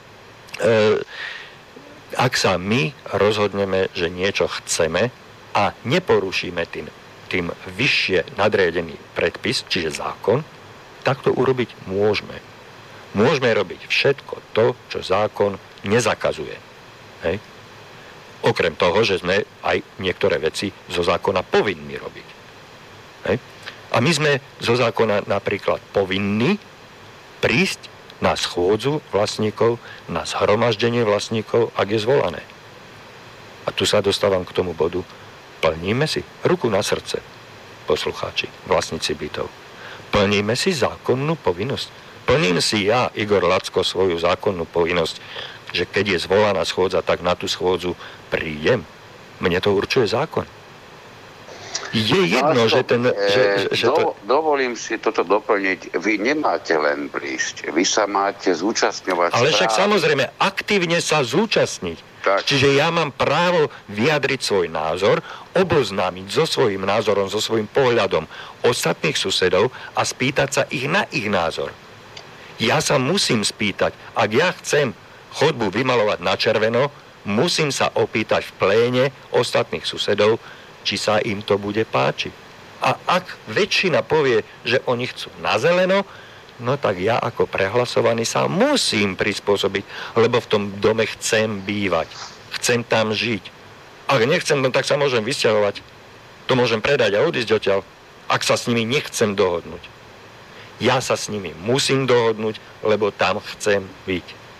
ak sa my rozhodneme, že niečo chceme a neporušíme tým vyššie nadriadený predpis, čiže zákon, tak to urobiť môžeme. Môžeme robiť všetko to, čo zákon nezakazuje. Hej? Okrem toho, že sme aj niektoré veci zo zákona povinní robiť. Hej? A my sme zo zákona napríklad povinní prísť na schôdzu vlastníkov, na zhromaždenie vlastníkov, ak je zvolané. A tu sa dostávam k tomu bodu. Plníme si ruku na srdce, poslucháči, vlastníci bytov. Plníme si zákonnú povinnosť. Plním si ja, Igor Lacko, svoju zákonnú povinnosť, že keď je zvolaná schôdza, tak na tú schôdzu prídem. Mne to určuje zákon. Je jedno, že ten... Dovolím si toto doplniť. Vy nemáte len prísť. Vy sa máte zúčastňovať. Ale však samozrejme, aktívne sa zúčastniť. Tak. Čiže ja mám právo vyjadriť svoj názor, oboznámiť so svojím názorom, so svojím pohľadom ostatných susedov a spýtať sa ich na ich názor. Ja sa musím spýtať, ak ja chcem chodbu vymalovať na červeno, musím sa opýtať v pléne ostatných susedov, či sa im to bude páčiť. A ak väčšina povie, že oni chcú na zeleno, no tak ja ako prehlasovaný sa musím prispôsobiť, lebo v tom dome chcem bývať. Chcem tam žiť. Ak nechcem, no tak sa môžem vysťahovať. To môžem predať a odísť odtiaľ, ak sa s nimi nechcem dohodnúť. Ja sa s nimi musím dohodnúť, lebo tam chcem byť.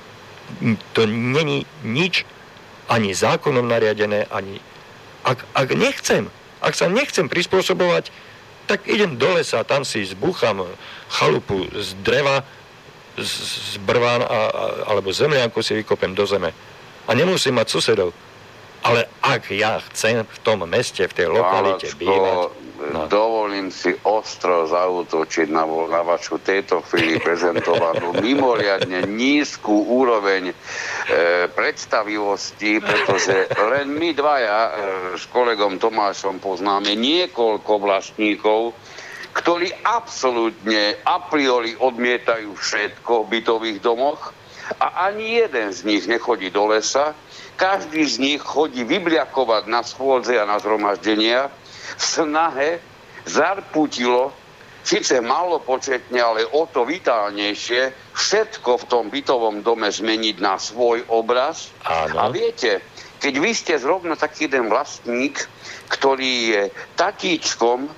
To není nič ani zákonom nariadené, ani... Ak nechcem, ak sa nechcem prispôsobovať, tak idem do lesa, tam si zbúcham chalupu z dreva, z brván alebo zemlianku si vykopem do zeme. A nemusím mať susedov. Ale ak ja chcem v tom meste, v tej lokalite bývať... No. Dovolím si ostro zaútočiť na vašu tejto chvíli prezentovanú mimoriadne nízku úroveň predstavivosti, pretože len my dvaja s kolegom Tomášom poznáme niekoľko vlastníkov, ktorí absolútne a priori odmietajú všetko v bytových domoch a ani jeden z nich nechodí do lesa. Každý z nich chodí vybliakovať na schôdze a na zhromaždenia v snahe zarputilo, síce málo početne, ale o to vitálnejšie, všetko v tom bytovom dome zmeniť na svoj obraz. Áno. A viete, keď vy ste zrovna taký jeden vlastník, ktorý je tatíčkom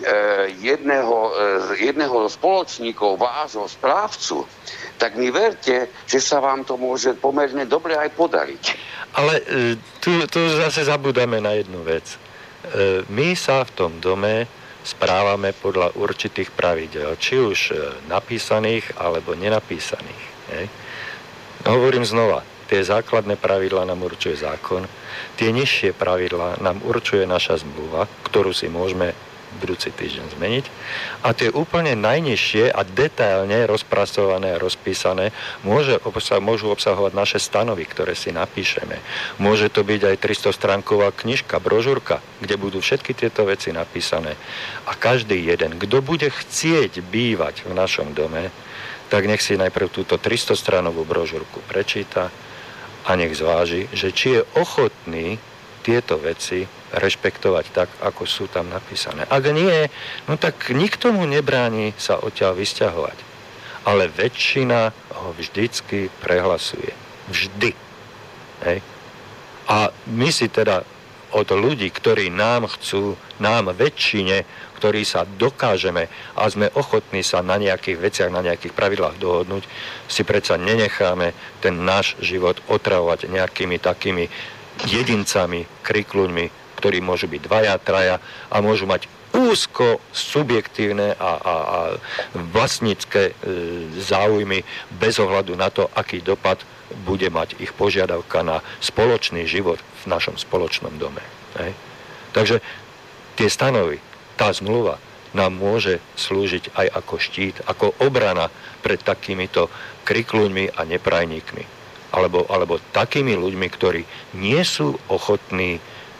jedného z spoločníkov vášho správcu, tak mi verte, že sa vám to môže pomerne dobre aj podariť. Ale tu zase zabudáme na jednu vec. My sa v tom dome správame podľa určitých pravidel, či už napísaných alebo nenapísaných. Hovorím znova, tie základné pravidlá nám určuje zákon, tie nižšie pravidlá nám určuje naša zmluva, ktorú si môžeme budúci týždeň zmeniť. A tie úplne najnižšie a detailne rozpracované a rozpísané môžu obsahovať naše stanovy, ktoré si napíšeme. Môže to byť aj 300-stránková knižka, brožúrka, kde budú všetky tieto veci napísané. A každý jeden, kto bude chcieť bývať v našom dome, tak nech si najprv túto 300-stránovú brožúrku prečíta a nech zváži, že či je ochotný tieto veci rešpektovať tak, ako sú tam napísané. Ak nie, no tak nikto mu nebráni sa odtiaľ vysťahovať. Ale väčšina ho vždycky prehlasuje. Vždy. Hej. A my si teda od ľudí, ktorí nám chcú, nám väčšine, ktorí sa dokážeme a sme ochotní sa na nejakých veciach, na nejakých pravidlách dohodnúť, si predsa nenecháme ten náš život otravovať nejakými takými jedincami, krikluňmi, ktorí môžu byť dvaja, traja a môžu mať úzko subjektívne a vlastnícke záujmy bez ohľadu na to, aký dopad bude mať ich požiadavka na spoločný život v našom spoločnom dome. Hej. Takže tie stanovy, tá zmluva nám môže slúžiť aj ako štít, ako obrana pred takýmito krikluňmi a neprajníkmi. Alebo takými ľuďmi, ktorí nie sú ochotní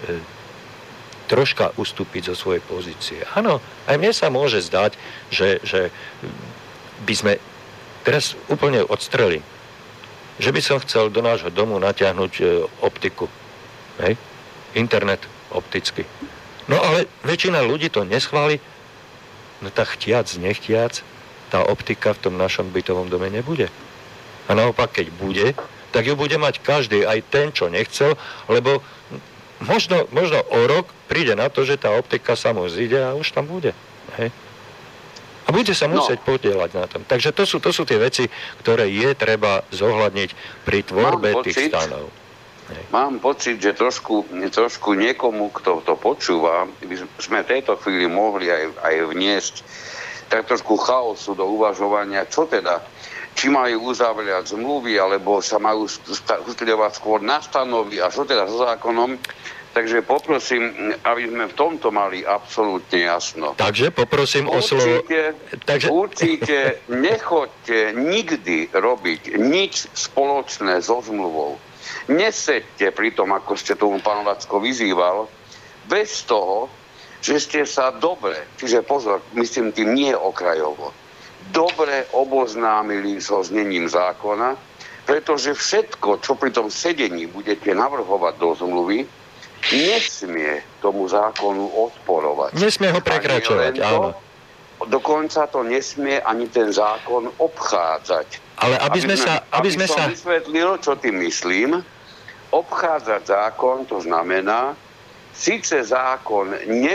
troška ustúpiť zo svojej pozície. Áno, aj mne sa môže zdať, že by sme, teraz úplne odstrelím, že by som chcel do nášho domu natiahnuť optiku. Hej? Internet opticky. No ale väčšina ľudí to neschváli, no tak chtiac, nechtiac, tá optika v tom našom bytovom dome nebude. A naopak, keď bude, tak ju bude mať každý, aj ten, čo nechcel, lebo možno o rok príde na to, že tá optika sa mu zíde a už tam bude. Hej. A bude sa musieť podielať na tom. Takže to sú tie veci, ktoré je treba zohľadniť pri tvorbe tých stanov. Hej. Mám pocit, že trošku niekomu, kto to počúva, by sme v tejto chvíli mohli aj vniesť tak trošku chaosu do uvažovania, čo teda, či majú uzavrieť zmluvy, alebo sa majú sústredovať skôr na stanovy a čo teda so zákonom. Takže poprosím, aby sme v tomto mali absolútne jasno. Takže poprosím o slovo. Určite nechoďte nikdy robiť nič spoločné so zmluvou. Neseďte pri tom, ako ste tomu pán Lacko vyzýval, bez toho, že ste sa dobre, čiže pozor, myslím tým nie okrajovo, dobre oboznámili so znením zákona, pretože všetko, čo pri tom sedení budete navrhovať do zmluvy, nesmie tomu zákonu odporovať. Nesmie ho prekračovať, áno. Dokonca to nesmie ani ten zákon obchádzať. Ale aby sme sa vysvetlil, čo tým myslím, obchádzať zákon, to znamená, síce zákon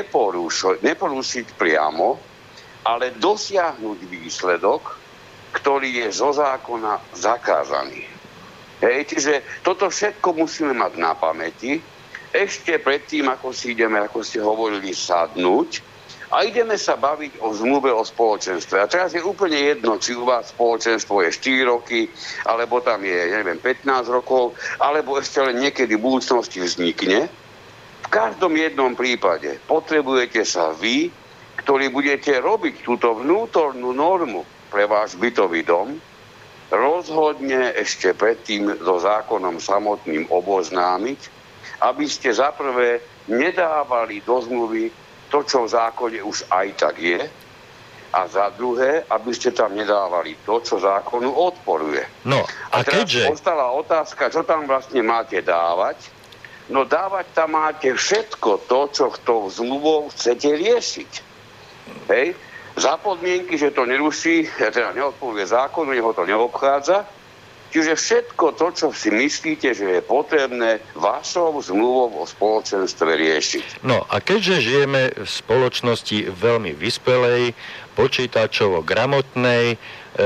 neporušiť priamo, ale dosiahnuť výsledok, ktorý je zo zákona zakázaný. Čiže toto všetko musíme mať na pamäti, ešte predtým, ako si ideme, ako ste hovorili, sadnúť a ideme sa baviť o zmluve o spoločenstve. A teraz je úplne jedno, či u vás spoločenstvo je 4 roky, alebo tam je, 15 rokov, alebo ešte len niekedy v budúcnosti vznikne. V každom jednom prípade potrebujete sa vy, ktorí budete robiť túto vnútornú normu pre váš bytový dom, rozhodne ešte predtým so zákonom samotným oboznámiť, aby ste za prvé nedávali do zmluvy to, čo v zákone už aj tak je, a za druhé, aby ste tam nedávali to, čo zákonu odporuje. No, a teraz ostala otázka, čo tam vlastne máte dávať. No dávať tam máte všetko to, čo tou zmluvou chcete riešiť. Hej? Za podmienky, že to neruší, teda neodporuje zákonu, neho to neobchádza. Čiže všetko to, čo si myslíte, že je potrebné vašou zmluvou o spoločenstve riešiť. No a keďže žijeme v spoločnosti veľmi vyspelej, počítačovo gramotnej,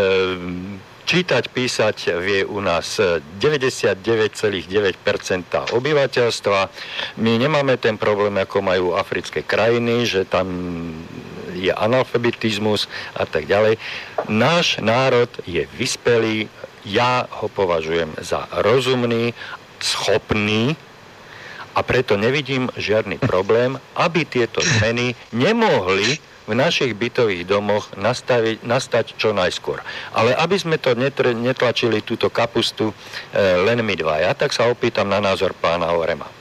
čítať, písať vie u nás 99,9% obyvateľstva. My nemáme ten problém, ako majú africké krajiny, že tam je analfabetizmus a tak ďalej. Náš národ je vyspelý, ja ho považujem za rozumný, schopný a preto nevidím žiadny problém, aby tieto zmeny nemohli v našich bytových domoch nastať čo najskôr. Ale aby sme to netlačili túto kapustu len my dvaja, tak sa opýtam na názor pána Orema.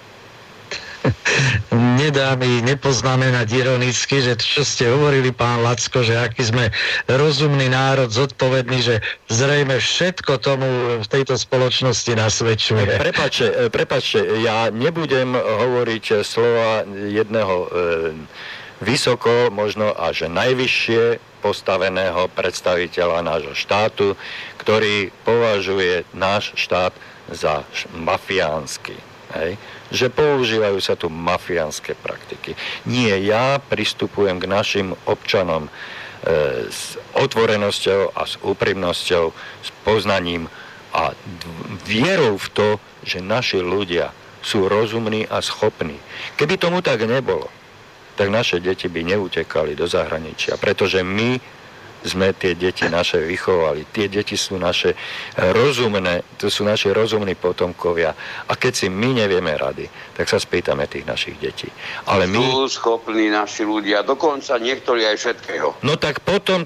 Nedá mi nepoznamenať ironicky, že čo ste hovorili, pán Lacko, že aký sme rozumný národ, zodpovedný, že zrejme všetko tomu v tejto spoločnosti nasvedčuje. Prepáčte, ja nebudem hovoriť slova jedného vysoko, možno až najvyššie postaveného predstaviteľa nášho štátu, ktorý považuje náš štát za mafiánsky. Hej? Že používajú sa tu mafiánske praktiky. Nie, ja pristupujem k našim občanom s otvorenosťou a s úprimnosťou, s poznaním a vierou v to, že naši ľudia sú rozumní a schopní. Keby tomu tak nebolo, tak naše deti by neutekali do zahraničia, pretože my sme tie deti naše vychovali. Tie deti sú naše rozumné, to sú naši rozumní potomkovia. A keď si my nevieme rady, tak sa spýtame tých našich detí. Ale my... Sú schopní naši ľudia, dokonca niektorí aj všetkého. No tak potom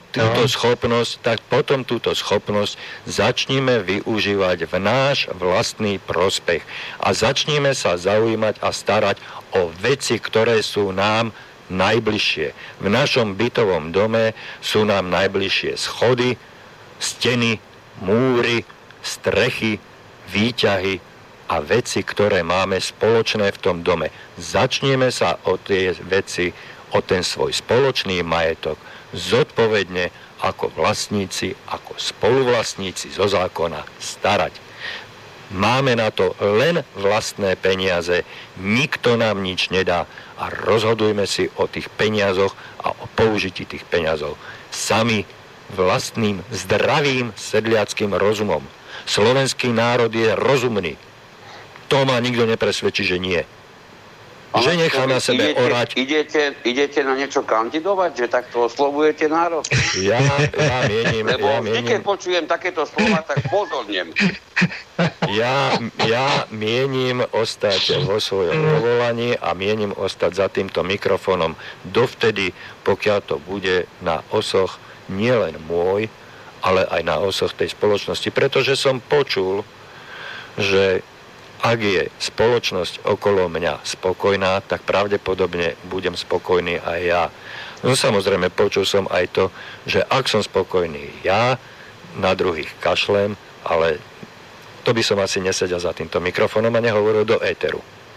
túto schopnosť začníme využívať v náš vlastný prospech. A začníme sa zaujímať a starať o veci, ktoré sú nám najbližšie. V našom bytovom dome sú nám najbližšie schody, steny, múry, strechy, výťahy a veci, ktoré máme spoločné v tom dome. Začneme sa o tie veci, o ten svoj spoločný majetok zodpovedne ako vlastníci, ako spoluvlastníci zo zákona starať. Máme na to len vlastné peniaze, nikto nám nič nedá a rozhodujme si o tých peniazoch a o použití tých peniazov sami vlastným zdravým sedliackým rozumom. Slovenský národ je rozumný. To ma nikto nepresvedčí, že nie. že nechá na sebe orať. Idete na niečo kandidovať, že takto oslovujete národ? Ja mienim... Lebo vždy, keď počujem takéto slova, tak pozornem. Ja mienim ostať vo svojom povolaní a mienim ostať za týmto mikrofónom dovtedy, pokiaľ to bude na osoch nielen môj, ale aj na osoch tej spoločnosti. Pretože som počul, že ak je spoločnosť okolo mňa spokojná, tak pravdepodobne budem spokojný aj ja. No samozrejme, počul som aj to, že ak som spokojný ja, na druhých kašlem, ale to by som asi nesedel za týmto mikrofónom a nehovoril do éteru,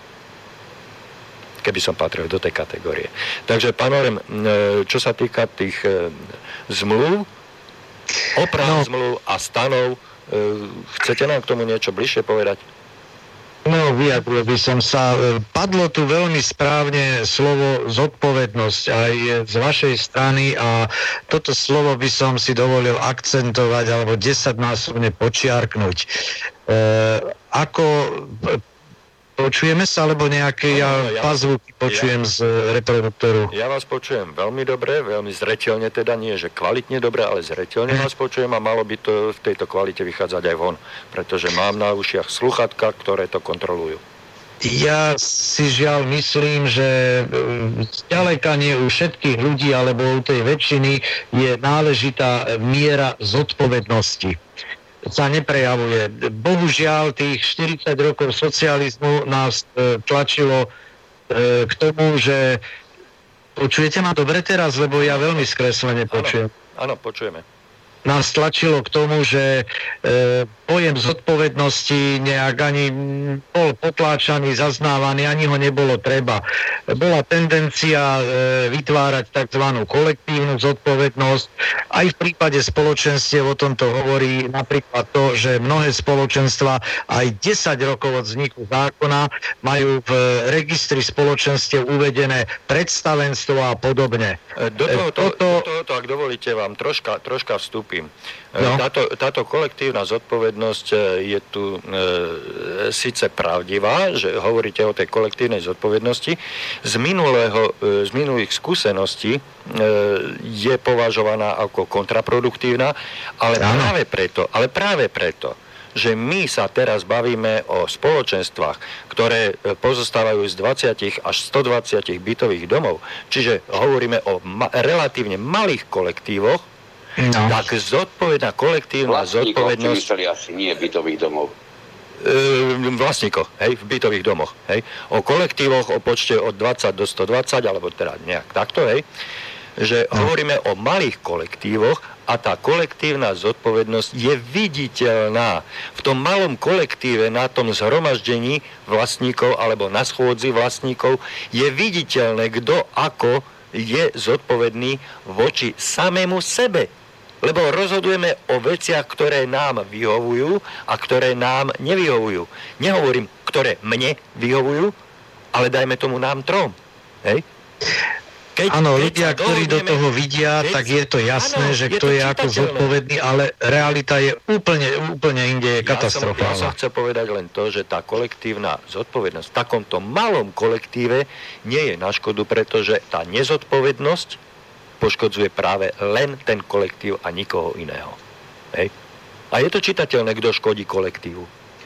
keby som patril do tej kategórie. Takže, pán Orem, čo sa týka tých zmluv, zmluv a stanov, chcete nám k tomu niečo bližšie povedať? No, vyjadril by som sa. Padlo tu veľmi správne slovo zodpovednosť aj z vašej strany a toto slovo by som si dovolil akcentovať alebo 10-násobne počiarknúť. Ako počujeme sa, alebo nejaké pazvuky počujem z reproduktoru? Ja vás počujem veľmi dobre, veľmi zreteľne, teda nie, že kvalitne dobre, ale zreteľne vás počujem a malo by to v tejto kvalite vychádzať aj von, pretože mám na ušiach sluchatka, ktoré to kontrolujú. Ja si žiaľ myslím, že zďaleka nie u všetkých ľudí, alebo u tej väčšiny je náležitá miera zodpovednosti. Sa neprejavuje. Bohužiaľ, tých 40 rokov socializmu nás tlačilo k tomu, že... Počujete ma dobre teraz? Lebo ja veľmi skreslene počujem. Áno, počujeme. Nás tlačilo k tomu, že pojem zodpovednosti nejak ani bol potláčaný, zaznávaný, ani ho nebolo treba. Bola tendencia vytvárať tzv. Kolektívnu zodpovednosť. Aj v prípade spoločenstiev o tomto hovorí napríklad to, že mnohé spoločenstva aj 10 rokov od vzniku zákona majú v registri spoločenstiev uvedené predstavenstvo a podobne. Do tohoto, ak dovolíte, vám troška vstúpim. No. Táto kolektívna zodpovednosť je tu síce pravdivá, že hovoríte o tej kolektívnej zodpovednosti. Z minulých skúseností je považovaná ako kontraproduktívna, ale práve preto, že my sa teraz bavíme o spoločenstvách, ktoré pozostávajú z 20 až 120 bytových domov, čiže hovoríme o relatívne malých kolektívoch, tak zodpovedná kolektívna zodpovednosť... Vlastníkov, asi nie bytových domov. Vlastníkov, v bytových domoch. O kolektívoch, o počte od 20 do 120, alebo teda nejak takto, že hovoríme o malých kolektívoch a tá kolektívna zodpovednosť je viditeľná. V tom malom kolektíve, na tom zhromaždení vlastníkov alebo na schôdzi vlastníkov je viditeľné, kto ako je zodpovedný voči samému sebe. Lebo rozhodujeme o veciach, ktoré nám vyhovujú a ktoré nám nevyhovujú. Nehovorím, ktoré mne vyhovujú, ale dajme tomu nám trom. Áno, ľudia, ktorí do toho vidia, tak je to jasné, že kto je ako zodpovedný, ale realita je úplne inde, je katastrofálna. Ja som chcel povedať len to, že tá kolektívna zodpovednosť v takomto malom kolektíve nie je na škodu, pretože tá nezodpovednosť poškodzuje práve len ten kolektív a nikoho iného. A je to čitateľné, kto škodí kolektívu?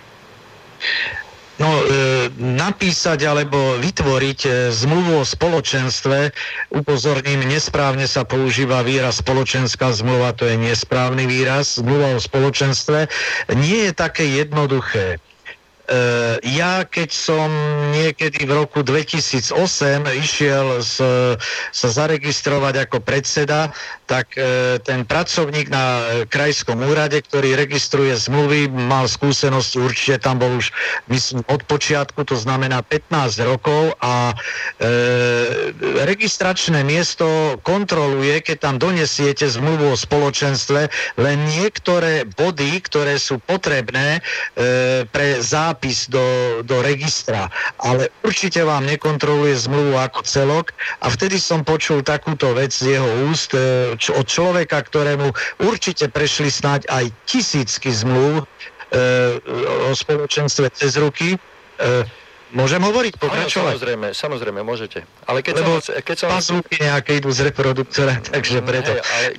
No, napísať alebo vytvoriť zmluvu o spoločenstve, upozorním, nesprávne sa používa výraz spoločenská zmluva, to je nesprávny výraz, zmluva o spoločenstve, nie je také jednoduché. Ja, keď som niekedy v roku 2008 išiel sa zaregistrovať ako predseda, tak ten pracovník na krajskom úrade, ktorý registruje zmluvy, mal skúsenosti, určite tam bol už, myslím, od počiatku, to znamená 15 rokov a registračné miesto kontroluje, keď tam donesiete zmluvu o spoločenstve, len niektoré body, ktoré sú potrebné pre zápis do registra, ale určite vám nekontroluje zmluvu ako celok a vtedy som počul takúto vec z jeho úst od človeka, ktorému určite prešli snáď aj tisícky zmluv o spoločenstve cez ruky. Môžem hovoriť, pokračovať? Áno, samozrejme, môžete. Ale keď som... Pazúky nejaké idú z reproduktora, takže preto.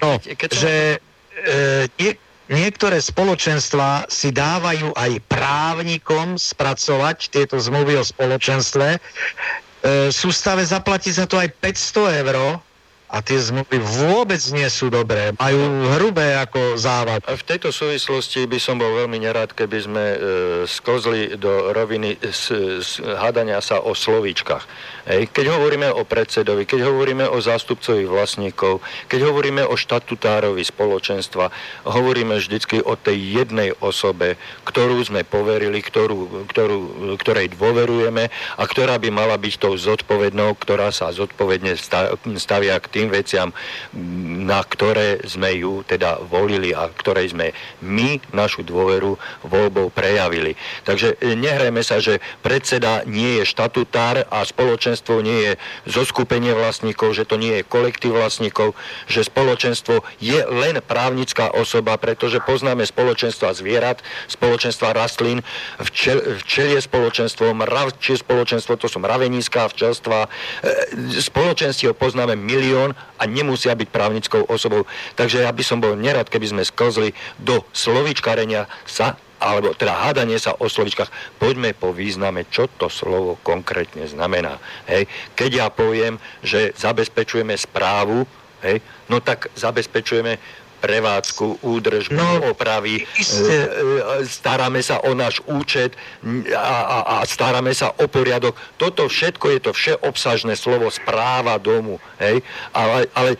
Niektoré spoločenstva si dávajú aj právnikom spracovať tieto zmluvy o spoločenstve. Sústave zaplatí za to aj 500 €. A tie zmluvy vôbec nie sú dobré. Majú hrubé ako závad. A v tejto súvislosti by som bol veľmi nerád, keby sme sklzli do roviny hádania sa o slovíčkach. Keď hovoríme o predsedovi, keď hovoríme o zástupcovi vlastníkov, keď hovoríme o štatutárovi spoločenstva, hovoríme vždycky o tej jednej osobe, ktorú sme poverili, ktorej dôverujeme a ktorá by mala byť tou zodpovednou, ktorá sa zodpovedne stavia k tým veciam, na ktoré sme ju teda volili a ktorej sme my našu dôveru voľbou prejavili. Takže nehrajme sa, že predseda nie je štatutár a spoločenstvo nie je zoskupenie vlastníkov, že to nie je kolektív vlastníkov, že spoločenstvo je len právnická osoba, pretože poznáme spoločenstva zvierat, spoločenstva rastlín, včelie spoločenstvo, mravčie spoločenstvo, to sú mraveníska, včelstva. Spoločenstiev poznáme milión a nemusia byť právnickou osobou. Takže ja by som bol nerad, keby sme sklzli do slovíčkarenia sa, alebo teda hádanie sa o slovíčkach. Poďme po význame, čo to slovo konkrétne znamená. Hej. Keď ja poviem, že zabezpečujeme správu, hej, no tak zabezpečujeme prevádzku, údržbu, opravy, staráme sa o náš účet a staráme sa o poriadok. Toto všetko je to všeobsažné slovo správa domu. Hej? Ale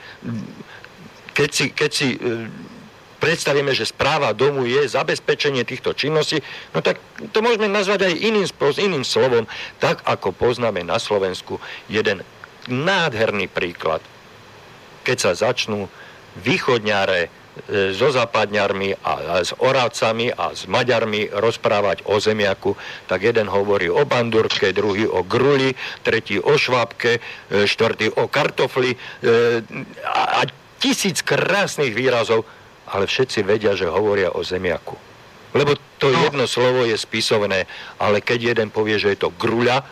keď si predstavíme, že správa domu je zabezpečenie týchto činností, no tak to môžeme nazvať aj iným slovom, tak ako poznáme na Slovensku jeden nádherný príklad. Keď sa začnú východňare so západňarmi a s Oravcami a s Maďarmi rozprávať o zemiaku, tak jeden hovorí o bandurke, druhý o gruli, tretí o švábke, štvrtý o kartofli a 1000 krásnych výrazov, ale všetci vedia, že hovoria o zemiaku. Lebo to jedno slovo je spisovné, ale keď jeden povie, že je to gruľa,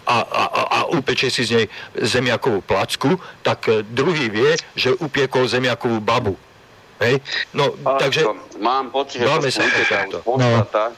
a upečie si z nej zemiakovú placku, tak druhý vie, že upiekol zemiakovú babu. Hej? No, takže... Mám pocit, že to uteká už podstata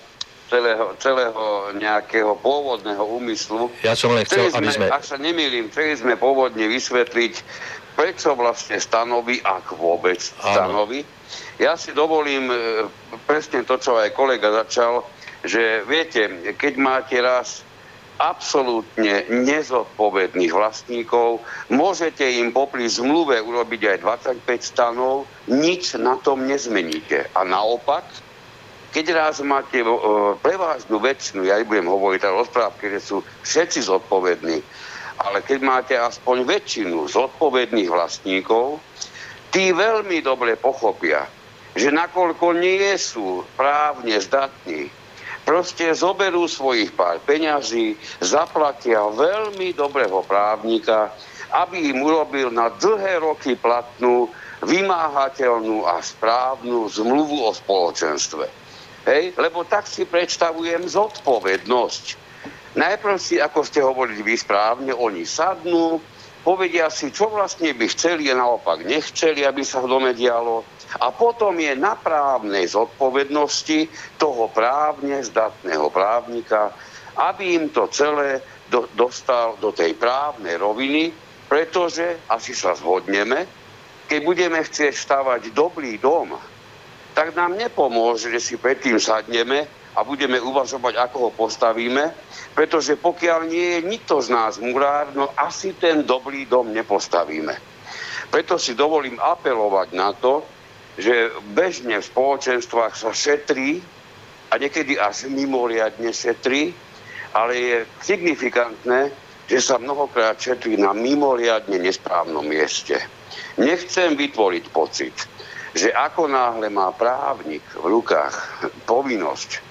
celého nejakého pôvodného úmyslu. Ja som len chcel, aby sme... Ak sa nemýlim, chceli sme pôvodne vysvetliť, prečo vlastne stanoví, ak vôbec stanoví. Ja si dovolím presne to, čo aj kolega začal, že viete, keď máte raz absolútne nezodpovedných vlastníkov, môžete im popri zmluve urobiť aj 25 stanov, nič na tom nezmeníte. A naopak, keď raz máte prevážnu väčšinu, ja budem hovoriť o rozprávke, že sú všetci zodpovední, ale keď máte aspoň väčšinu zodpovedných vlastníkov, tí veľmi dobre pochopia, že nakoľko nie sú právne zdatní, proste zoberú svojich pár peňazí, zaplatia veľmi dobrého právnika, aby im urobil na dlhé roky platnú, vymáhateľnú a správnu zmluvu o spoločenstve. Hej? Lebo tak si predstavujem zodpovednosť. Najprv si, ako ste hovorili vy správne, oni sadnú, povedia si, čo vlastne by chceli a naopak nechceli, aby sa v dome dialo. A potom je na právnej zodpovednosti toho právne zdatného právnika, aby im to celé dostal do tej právnej roviny, pretože, asi sa zhodneme, keď budeme chcieť stavať dobrý dom, tak nám nepomôže, že si predtým sadneme a budeme uvažovať, ako ho postavíme, pretože pokiaľ nie je nikto z nás murár, no asi ten dobrý dom nepostavíme. Preto si dovolím apelovať na to, že bežne v spoločenstvách sa šetrí a niekedy až mimoriadne šetrí, ale je signifikantné, že sa mnohokrát šetrí na mimoriadne nesprávnom mieste. Nechcem vytvoriť pocit, že ako náhle má právnik v rukách povinnosť,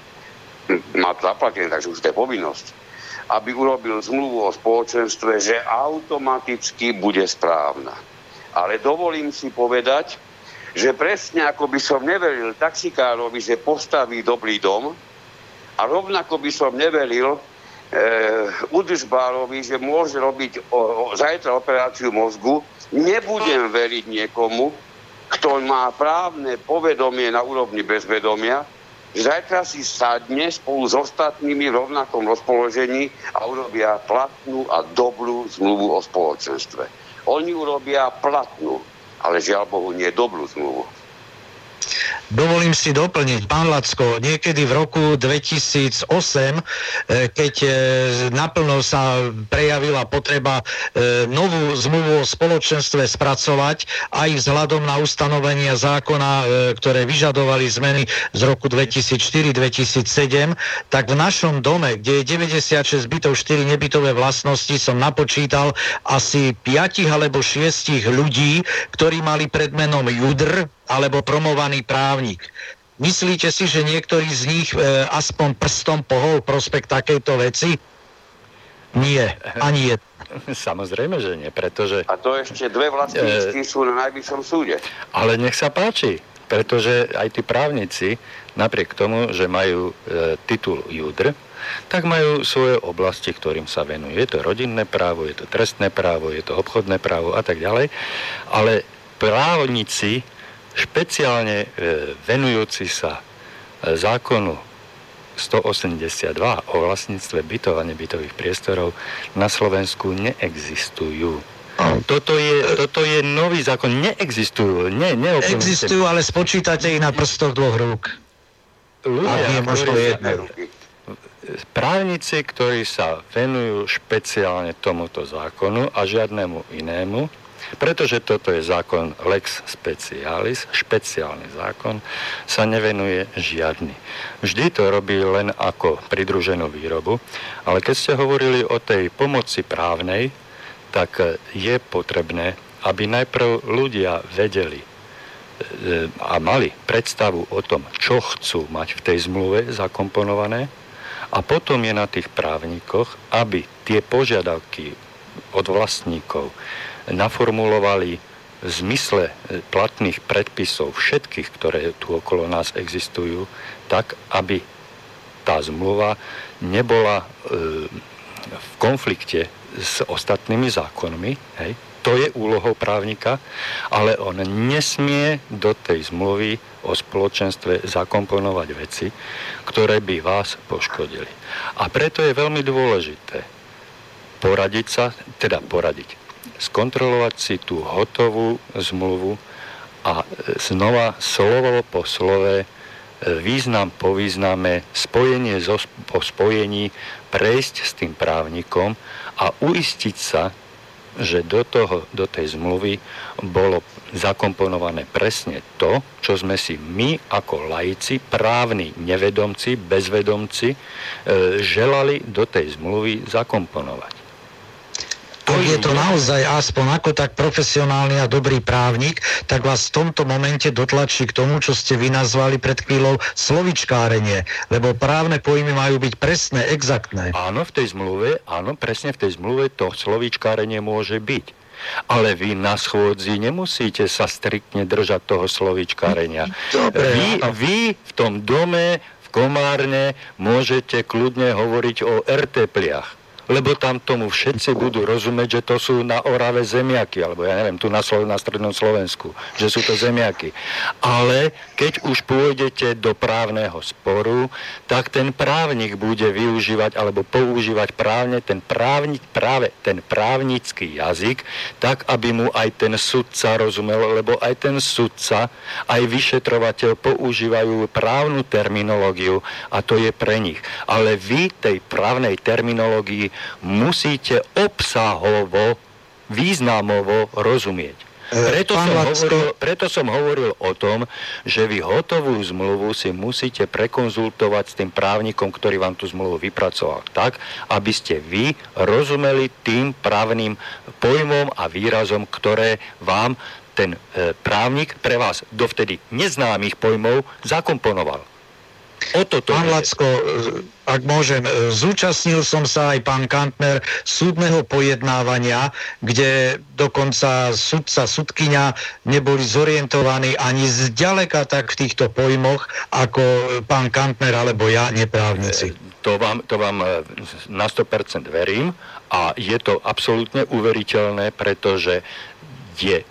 má zaplatené, takže už to je povinnosť, aby urobil zmluvu o spoločenstve, že automaticky bude správna. Ale dovolím si povedať, že presne ako by som neveril taxikárovi, že postaví dobrý dom, a rovnako by som neveril údržbárovi, že môže robiť zajtra operáciu mozgu, nebudem veriť niekomu, kto má právne povedomie na úrovni bezvedomia, že zajtra si sadne spolu s ostatnými v rovnakom rozpoložení a urobia platnú a dobrú zmluvu o spoločenstve. Oni urobia platnú, ale žiaľ Bohu nie dobrú zmluvu. Dovolím si doplniť, pán Lacko, niekedy v roku 2008, keď naplno sa prejavila potreba novú zmluvu o spoločenstve spracovať, aj vzhľadom na ustanovenia zákona, ktoré vyžadovali zmeny z roku 2004-2007, tak v našom dome, kde je 96 bytov, 4 nebytové vlastnosti, som napočítal asi 5 alebo 6 ľudí, ktorí mali pred menom Judr, alebo promovaný právnik. Myslíte si, že niektorý z nich aspoň prstom pohol prospekt takejto veci? Nie, ani jedno. Samozrejme, že nie, pretože... A to ešte 2 vlastníčky sú na najvyššom súde. Ale nech sa páči, pretože aj tí právnici, napriek tomu, že majú titul Judr, tak majú svoje oblasti, ktorým sa venujú. Je to rodinné právo, je to trestné právo, je to obchodné právo a tak ďalej. Ale právnici špeciálne venujúci sa zákonu 182 o vlastníctve bytov a nebytových priestorov na Slovensku neexistujú. Toto je nový zákon. Neexistujú. Existujú, ale spočítate ich na prstoch 2 rúk. Ľudia, právnici, ktorí sa venujú špeciálne tomuto zákonu a žiadnemu inému, pretože toto je zákon lex specialis, špeciálny zákon, sa nevenuje žiadny. Vždy to robí len ako pridruženú výrobu, ale keď ste hovorili o tej pomoci právnej, tak je potrebné, aby najprv ľudia vedeli a mali predstavu o tom, čo chcú mať v tej zmluve zakomponované, a potom je na tých právnikoch, aby tie požiadavky od vlastníkov naformulovali v zmysle platných predpisov všetkých, ktoré tu okolo nás existujú, tak, aby tá zmluva nebola v konflikte s ostatnými zákonmi. Hej. To je úlohou právnika, ale on nesmie do tej zmluvy o spoločenstve zakomponovať veci, ktoré by vás poškodili. A preto je veľmi dôležité poradiť, skontrolovať si tú hotovú zmluvu a znova slovo po slove, význam po význame, spojenie po spojení prejsť s tým právnikom a uistiť sa, že do tej zmluvy bolo zakomponované presne to, čo sme si my ako laici, právni nevedomci, bezvedomci želali do tej zmluvy zakomponovať. Ak je to naozaj aspoň ako tak profesionálny a dobrý právnik, tak vás v tomto momente dotlačí k tomu, čo ste vy nazvali pred chvíľou slovičkárenie, lebo právne pojmy majú byť presné, exaktné. Áno, presne v tej zmluve to slovíčkárenie môže byť. Ale vy na schôdzi nemusíte sa striktne držať toho slovíčkárenia. Vy v tom dome, v Komárne môžete kľudne hovoriť o ertepliach, lebo tam tomu všetci budú rozumieť, že to sú na Orave zemiaky, alebo ja neviem, tu na strednom Slovensku, že sú to zemiaky. Ale keď už pôjdete do právneho sporu, tak ten právnik bude využívať alebo používať práve ten právnický jazyk, tak, aby mu aj ten sudca rozumel, lebo aj ten sudca, aj vyšetrovateľ používajú právnu terminológiu a to je pre nich. Ale vy tej právnej terminológii musíte obsahovo, významovo rozumieť. Preto som hovoril o tom, že vy hotovú zmluvu si musíte prekonzultovať s tým právnikom, ktorý vám tú zmluvu vypracoval tak, aby ste vy rozumeli tým právnym pojmom a výrazom, ktoré vám ten právnik pre vás dovtedy neznámych pojmov zakomponoval. Pán Lacko, ak môžem, zúčastnil som sa aj pán Kantner súdneho pojednávania, kde dokonca sudca, sudkyňa neboli zorientovaní ani zďaleka tak v týchto pojmoch, ako pán Kantner alebo ja, neprávnici. To vám na 100% verím a je to absolútne uveriteľné, pretože je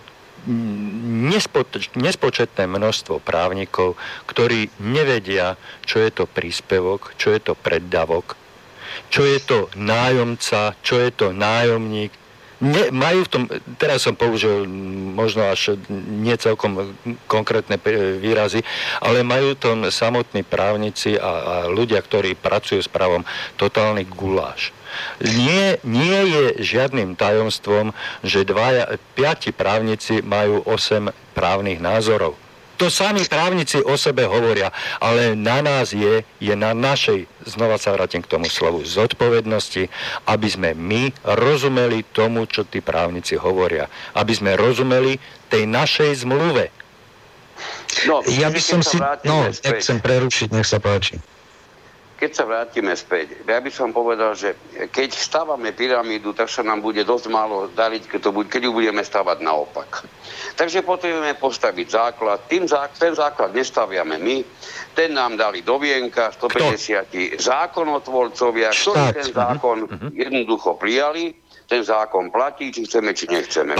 nespočetné množstvo právnikov, ktorí nevedia, čo je to príspevok, čo je to preddavok, čo je to nájomca, čo je to nájomník. Majú v tom, teraz som použil možno až nie celkom konkrétne výrazy, ale majú tom samotní právnici a ľudia, ktorí pracujú s právom, totálny guláš. Nie je žiadnym tajomstvom, že 5 právnici majú 8 právnych názorov. To sami právnici o sebe hovoria, ale na nás je na našej, znova sa vrátim k tomu slovu, zodpovednosti, aby sme my rozumeli tomu, čo tí právnici hovoria. Aby sme rozumeli tej našej zmluve. No, ja by som si... No, nechcem prerušiť, nech sa páči. Keď sa vrátime späť, ja by som povedal, že keď stávame pyramídu, tak sa nám bude dosť málo dariť, keď ju budeme stavať naopak. Takže potrebujeme postaviť základ. Ten základ nestaviame my, ten nám dali do vienka 150 zákonotvorcovia, ktorí ten zákon jednoducho prijali. Ten zákon platí, či chceme, či nechceme.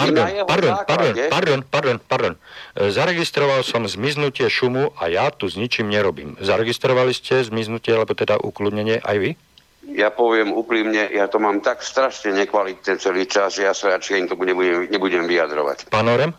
Pardon. Zaregistroval som zmiznutie šumu a ja tu s ničím nerobím. Zaregistrovali ste zmiznutie, alebo teda ukludnenie aj vy? Ja poviem úprimne, ja to mám tak strašne nekvalitné celý čas, že ja sa radšej to nebudem vyjadrovať. Pán Orem?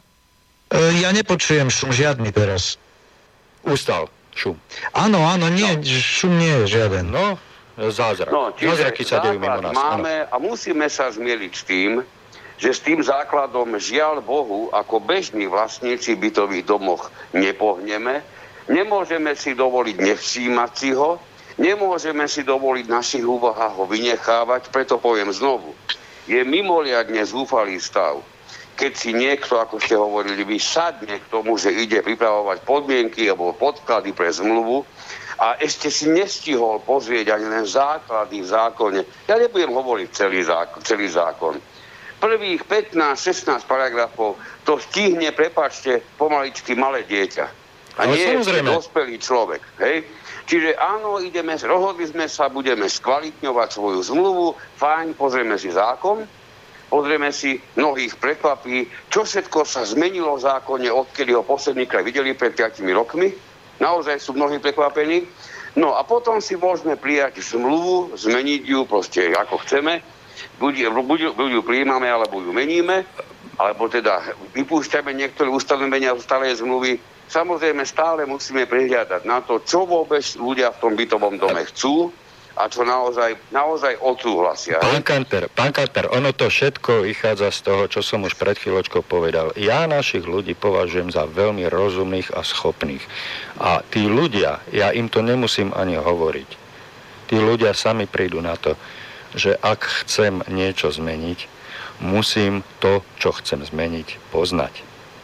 Ja nepočujem šum žiadny teraz. Ustal šum. Áno, nie, šum nie je žiaden. No, zázrak. No, čiže základ máme a musíme sa zmieriť s tým, že s tým základom žiaľ Bohu, ako bežní vlastníci bytových domoch nepohneme, nemôžeme si dovoliť nevšímať si ho, nemôžeme si dovoliť v našich úvahách ho vynechávať, preto poviem znovu, je mimoriadne zúfalý stav, keď si niekto, ako ste hovorili, vysadne k tomu, že ide pripravovať podmienky alebo podklady pre zmluvu a ešte si nestihol pozrieť ani len základy v zákone. Ja nebudem hovoriť celý zákon. Prvých 15-16 paragrafov to stihne, prepáčte, pomaličky malé dieťa. A nie je dospelý človek. Hej? Čiže áno, rozhodli sme sa, budeme skvalitňovať svoju zmluvu, fajn, pozrieme si zákon, pozrieme si, mnohých prekvapí, čo všetko sa zmenilo v zákone, odkedy ho poslednýkrát videli pred 5 rokmi. Naozaj sú mnohí prekvapení. No a potom si môžeme prijať zmluvu, zmeniť ju proste ako chceme. Buď ju prijímame, alebo ju meníme, alebo teda vypúšťame niektoré ustanovenia zo starej zmluvy. Samozrejme stále musíme prihliadať na to, čo vôbec ľudia v tom bytovom dome chcú a čo naozaj odsúhlasia. Pán Kanter, ono to všetko vychádza z toho, čo som už pred chvíľočkou povedal. Ja našich ľudí považujem za veľmi rozumných a schopných. A tí ľudia, ja im to nemusím ani hovoriť. Tí ľudia sami prídu na to, že ak chcem niečo zmeniť, musím to, čo chcem zmeniť, poznať.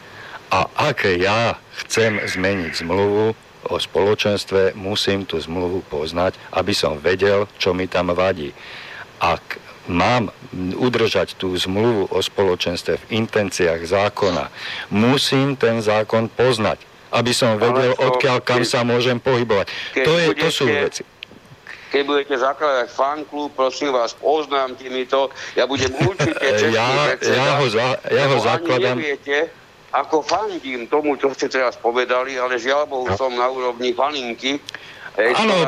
A ak ja chcem zmeniť zmluvu o spoločenstve, musím tú zmluvu poznať, aby som vedel, čo mi tam vadí. Ak mám udržať tú zmluvu o spoločenstve v intenciách zákona, musím ten zákon poznať, aby som vedel, odkiaľ kam sa môžem pohybovať. To sú veci. Keď budete zakladať fanklub, prosím vás, oznámte mi to. Ja budem určite čestný predseda. Ja ho zakladám. Neviete, ako fandím tomu, čo ste teraz povedali, ale žiaľ Bohu som na úrovni faninky. Áno,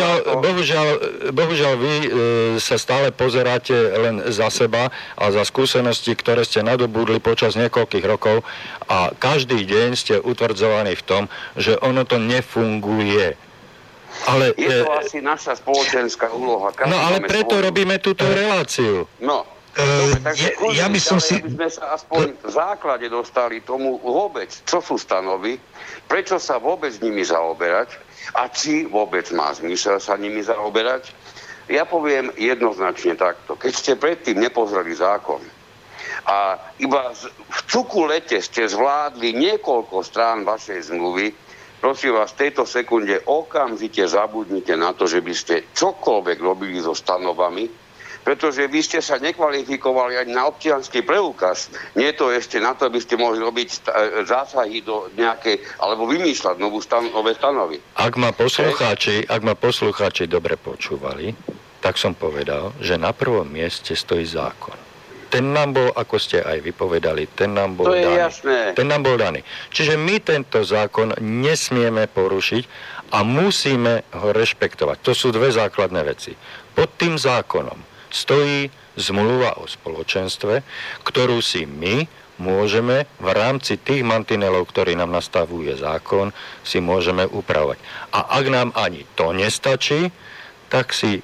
bohužiaľ vy sa stále pozeráte len za seba a za skúsenosti, ktoré ste nadobudli počas niekoľkých rokov a každý deň ste utvrdzovaní v tom, že ono to nefunguje. Ale, je to asi naša spoločenská úloha. No ale preto robíme túto reláciu. No. Ja by som si... Aby sme sa aspoň v základe dostali tomu vôbec, čo sú stanovy, prečo sa vôbec nimi zaoberať a či vôbec má zmysel sa nimi zaoberať. Ja poviem jednoznačne takto. Keď ste predtým nepozreli zákon a iba v cukulete ste zvládli niekoľko strán vašej zmluvy, prosím vás, v tejto sekunde okamžite zabudnite na to, že by ste čokoľvek robili so stanovami. pretože vy ste sa nekvalifikovali ani na občiansky preukaz. Nie je to ešte na to, aby ste mohli robiť zásahy do nejakej, alebo vymýšľať nové stanovy. Ak ma poslucháči dobre počúvali, tak som povedal, že na prvom mieste stojí zákon. Ten nám bol, ako ste aj vypovedali, ten nám bol daný. Jasné. Ten nám bol daný. Čiže my tento zákon nesmieme porušiť a musíme ho rešpektovať. To sú dve základné veci. Pod tým zákonom stojí zmluva o spoločenstve, ktorú si my môžeme v rámci tých mantinelov, ktorý nám nastavuje zákon, si môžeme upravovať. A ak nám ani to nestačí, tak si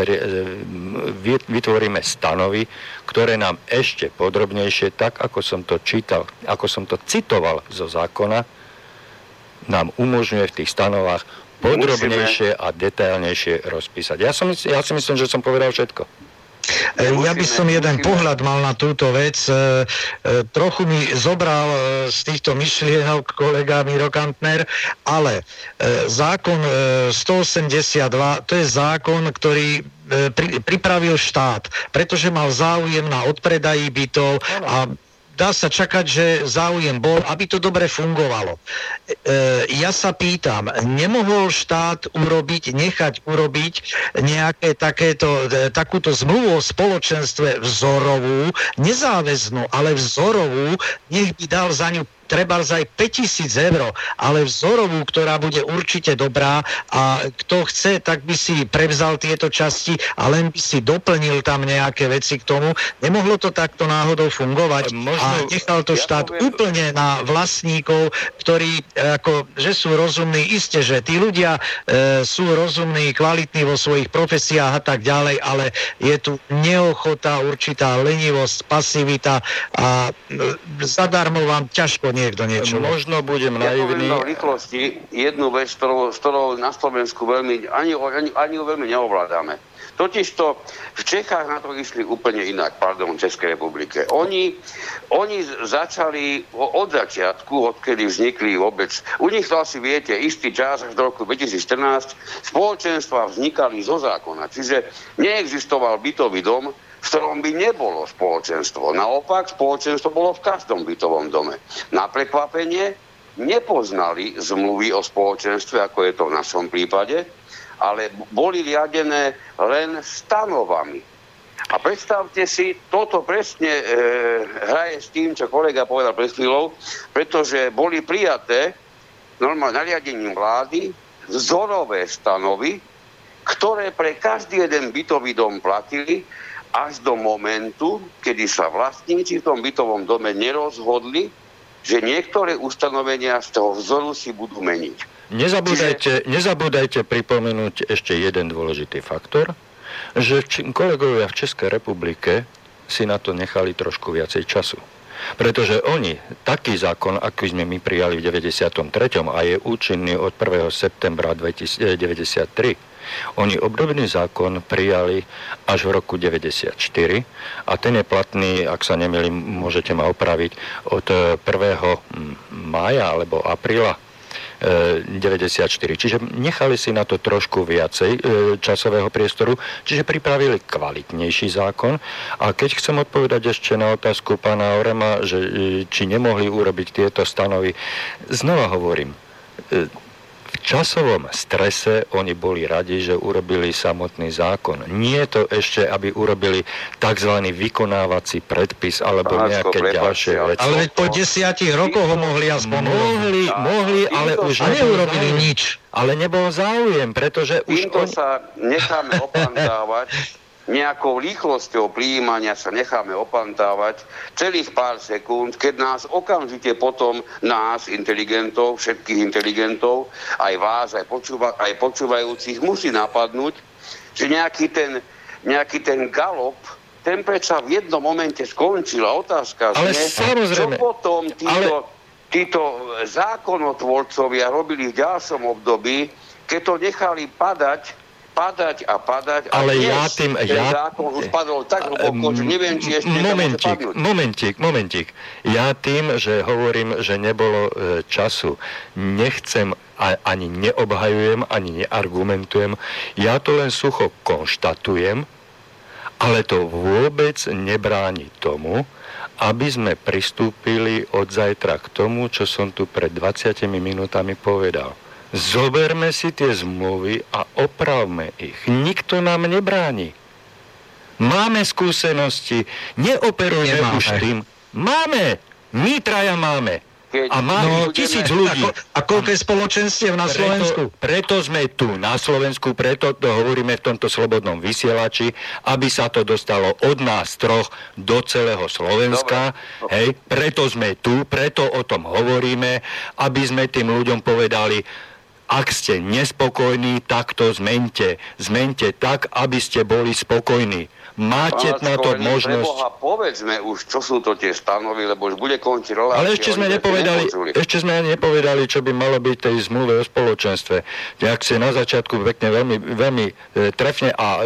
vytvoríme stanovy, ktoré nám ešte podrobnejšie, tak ako som to čítal, ako som to citoval zo zákona, nám umožňuje v tých stanovách podrobnejšie a detailnejšie rozpísať. Ja si myslím, že som povedal všetko. Ja by som jeden pohľad mal na túto vec. Trochu mi zobral z týchto myšlienok kolega Miro Kantner, ale zákon 182, to je zákon, ktorý pripravil štát, pretože mal záujem na odpredaji bytov a dá sa čakať, že záujem bol, aby to dobre fungovalo. Ja sa pýtam, nemohol štát nechať urobiť nejaké takúto zmluvu o spoločenstve vzorovú, nezáväznú, ale vzorovú, nech by dal za ňu trebárs aj 5 000 eur, ale vzorovú, ktorá bude určite dobrá a kto chce, tak by si prevzal tieto časti a len by si doplnil tam nejaké veci k tomu. Nemohlo to takto náhodou fungovať a nechal to štát úplne na vlastníkov, ktorí že sú rozumní. Isté, že tí ľudia sú rozumní, kvalitní vo svojich profesiách a tak ďalej, ale je tu neochota, určitá lenivosť, pasivita a zadarmo vám ťažko niekto niečo. Možno budem naivný. Ja poviem rýchlosti jednu vec, ktorou na Slovensku ani veľmi neovládame. Totižto v Čechách na to išli úplne inak, v Českej republike. Oni začali od začiatku, odkedy vznikli vôbec, u nich to asi viete, istý čas až do roku 2014 spoločenstva vznikali zo zákona. Čiže neexistoval bytový dom, v ktorom by nebolo spoločenstvo. Naopak, spoločenstvo bolo v každom bytovom dome. Na prekvapenie nepoznali zmluvy o spoločenstve, ako je to v našom prípade, ale boli riadené len stanovami. A predstavte si, toto presne hraje s tým, čo kolega povedal pred chvíľou, pretože boli prijaté normálne nariadením vlády vzorové stanovy, ktoré pre každý jeden bytový dom platili, až do momentu, kedy sa vlastníci v tom bytovom dome nerozhodli, že niektoré ustanovenia z toho vzoru si budú meniť. Nezabúdajte pripomenúť ešte jeden dôležitý faktor, že kolegovia v Českej republike si na to nechali trošku viacej času. Pretože oni, taký zákon, aký sme my prijali v 93. a je účinný od 1. septembra 1993, oni obdobný zákon prijali až v roku 94 a ten je platný, ak sa nemýlim, môžete ma opraviť, od 1. mája alebo apríla 94. Čiže nechali si na to trošku viacej časového priestoru, čiže pripravili kvalitnejší zákon. A keď chcem odpovedať ešte na otázku pána Orema, že či nemohli urobiť tieto stanovy, znova hovorím, v časovom strese oni boli radi, že urobili samotný zákon. Nie je to ešte, aby urobili tzv. Vykonávací predpis alebo nejaké ďalšie veci. Ale po 10 rokoch ho mohli aspoň mohli, ale už neurobili nič. Ale nebol záujem, pretože už sa necháme opantávať, nejakou rýchlosťou prijímania sa necháme opantávať celých pár sekúnd, keď nás okamžite potom inteligentov, všetkých inteligentov, aj vás, aj počúvajúcich musí napadnúť, že nejaký ten galop, ten predsa v jednom momente skončil. A otázka znie, čo potom títo zákonotvorcovia robili v ďalšom období, keď to nechali padať, ale ten zákon už padol tak hlboko, že neviem, či ešte Momentík. Ja tým, že hovorím, že nebolo času, nechcem ani neobhajujem, ani neargumentujem, ja to len sucho konštatujem Ale to vôbec nebráni tomu, aby sme pristúpili od zajtra k tomu, čo som tu pred 20 minútami povedal. Zoberme si tie zmluvy a opravme ich. Nikto nám nebráni. Máme skúsenosti, neoperujeme už tým. Máme, my traja máme. A máme 1000 ľudí. A koľko je spoločenstiev na Slovensku? Preto sme tu na Slovensku, preto to hovoríme v tomto slobodnom vysielači, aby sa to dostalo od nás troch do celého Slovenska. Hej, preto sme tu, preto o tom hovoríme, aby sme tým ľuďom povedali, ak ste nespokojní, tak to zmente. Zmente tak, aby ste boli spokojní. Máte na to možnosť... Preboha, povedzme už, čo sú to tie stanovy, lebo už bude končiť relácia. Ale ešte sme nepovedali, čo by malo byť tej zmluve o spoločenstve. Jak ste na začiatku pekne veľmi trefne a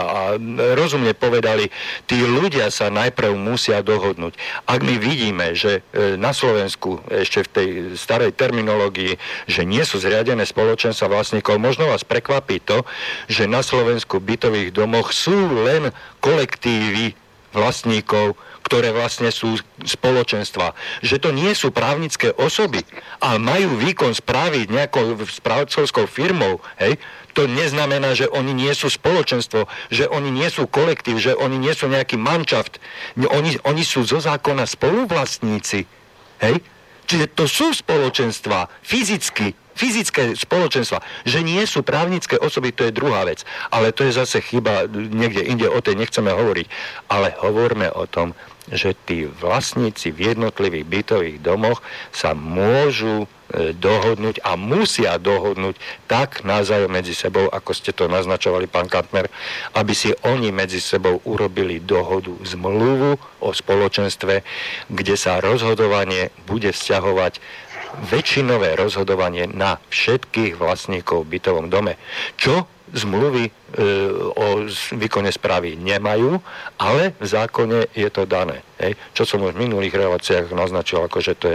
rozumne povedali, tí ľudia sa najprv musia dohodnúť. Ak my vidíme, že na Slovensku ešte v tej starej terminológii, že nie sú zriadené spoločenstva vlastníkov, možno vás prekvapí to, že na Slovensku v bytových domoch sú len kolektívy vlastníkov, ktoré vlastne sú spoločenstva. Že to nie sú právnické osoby a majú výkon správy nejakou správcovskou firmou, hej, to neznamená, že oni nie sú spoločenstvo, že oni nie sú kolektív, že oni nie sú nejaký manšaft. Oni sú zo zákona spoluvlastníci. Hej? Čiže to sú spoločenstva, fyzické spoločenstva. Že nie sú právnické osoby, to je druhá vec. Ale to je zase chyba, niekde inde o tej nechceme hovoriť. Ale hovorme o tom, že tí vlastníci v jednotlivých bytových domoch sa môžu dohodnúť a musia dohodnúť tak navzájom medzi sebou, ako ste to naznačovali, pán Kantner, aby si oni medzi sebou urobili dohodu, zmluvu o spoločenstve, kde sa rozhodovanie bude vzťahovať, väčšinové rozhodovanie na všetkých vlastníkov v bytovom dome. Čo zmluvy o výkone správy nemajú, ale v zákone je to dané. Hej. Čo som už v minulých reláciách naznačil, akože to je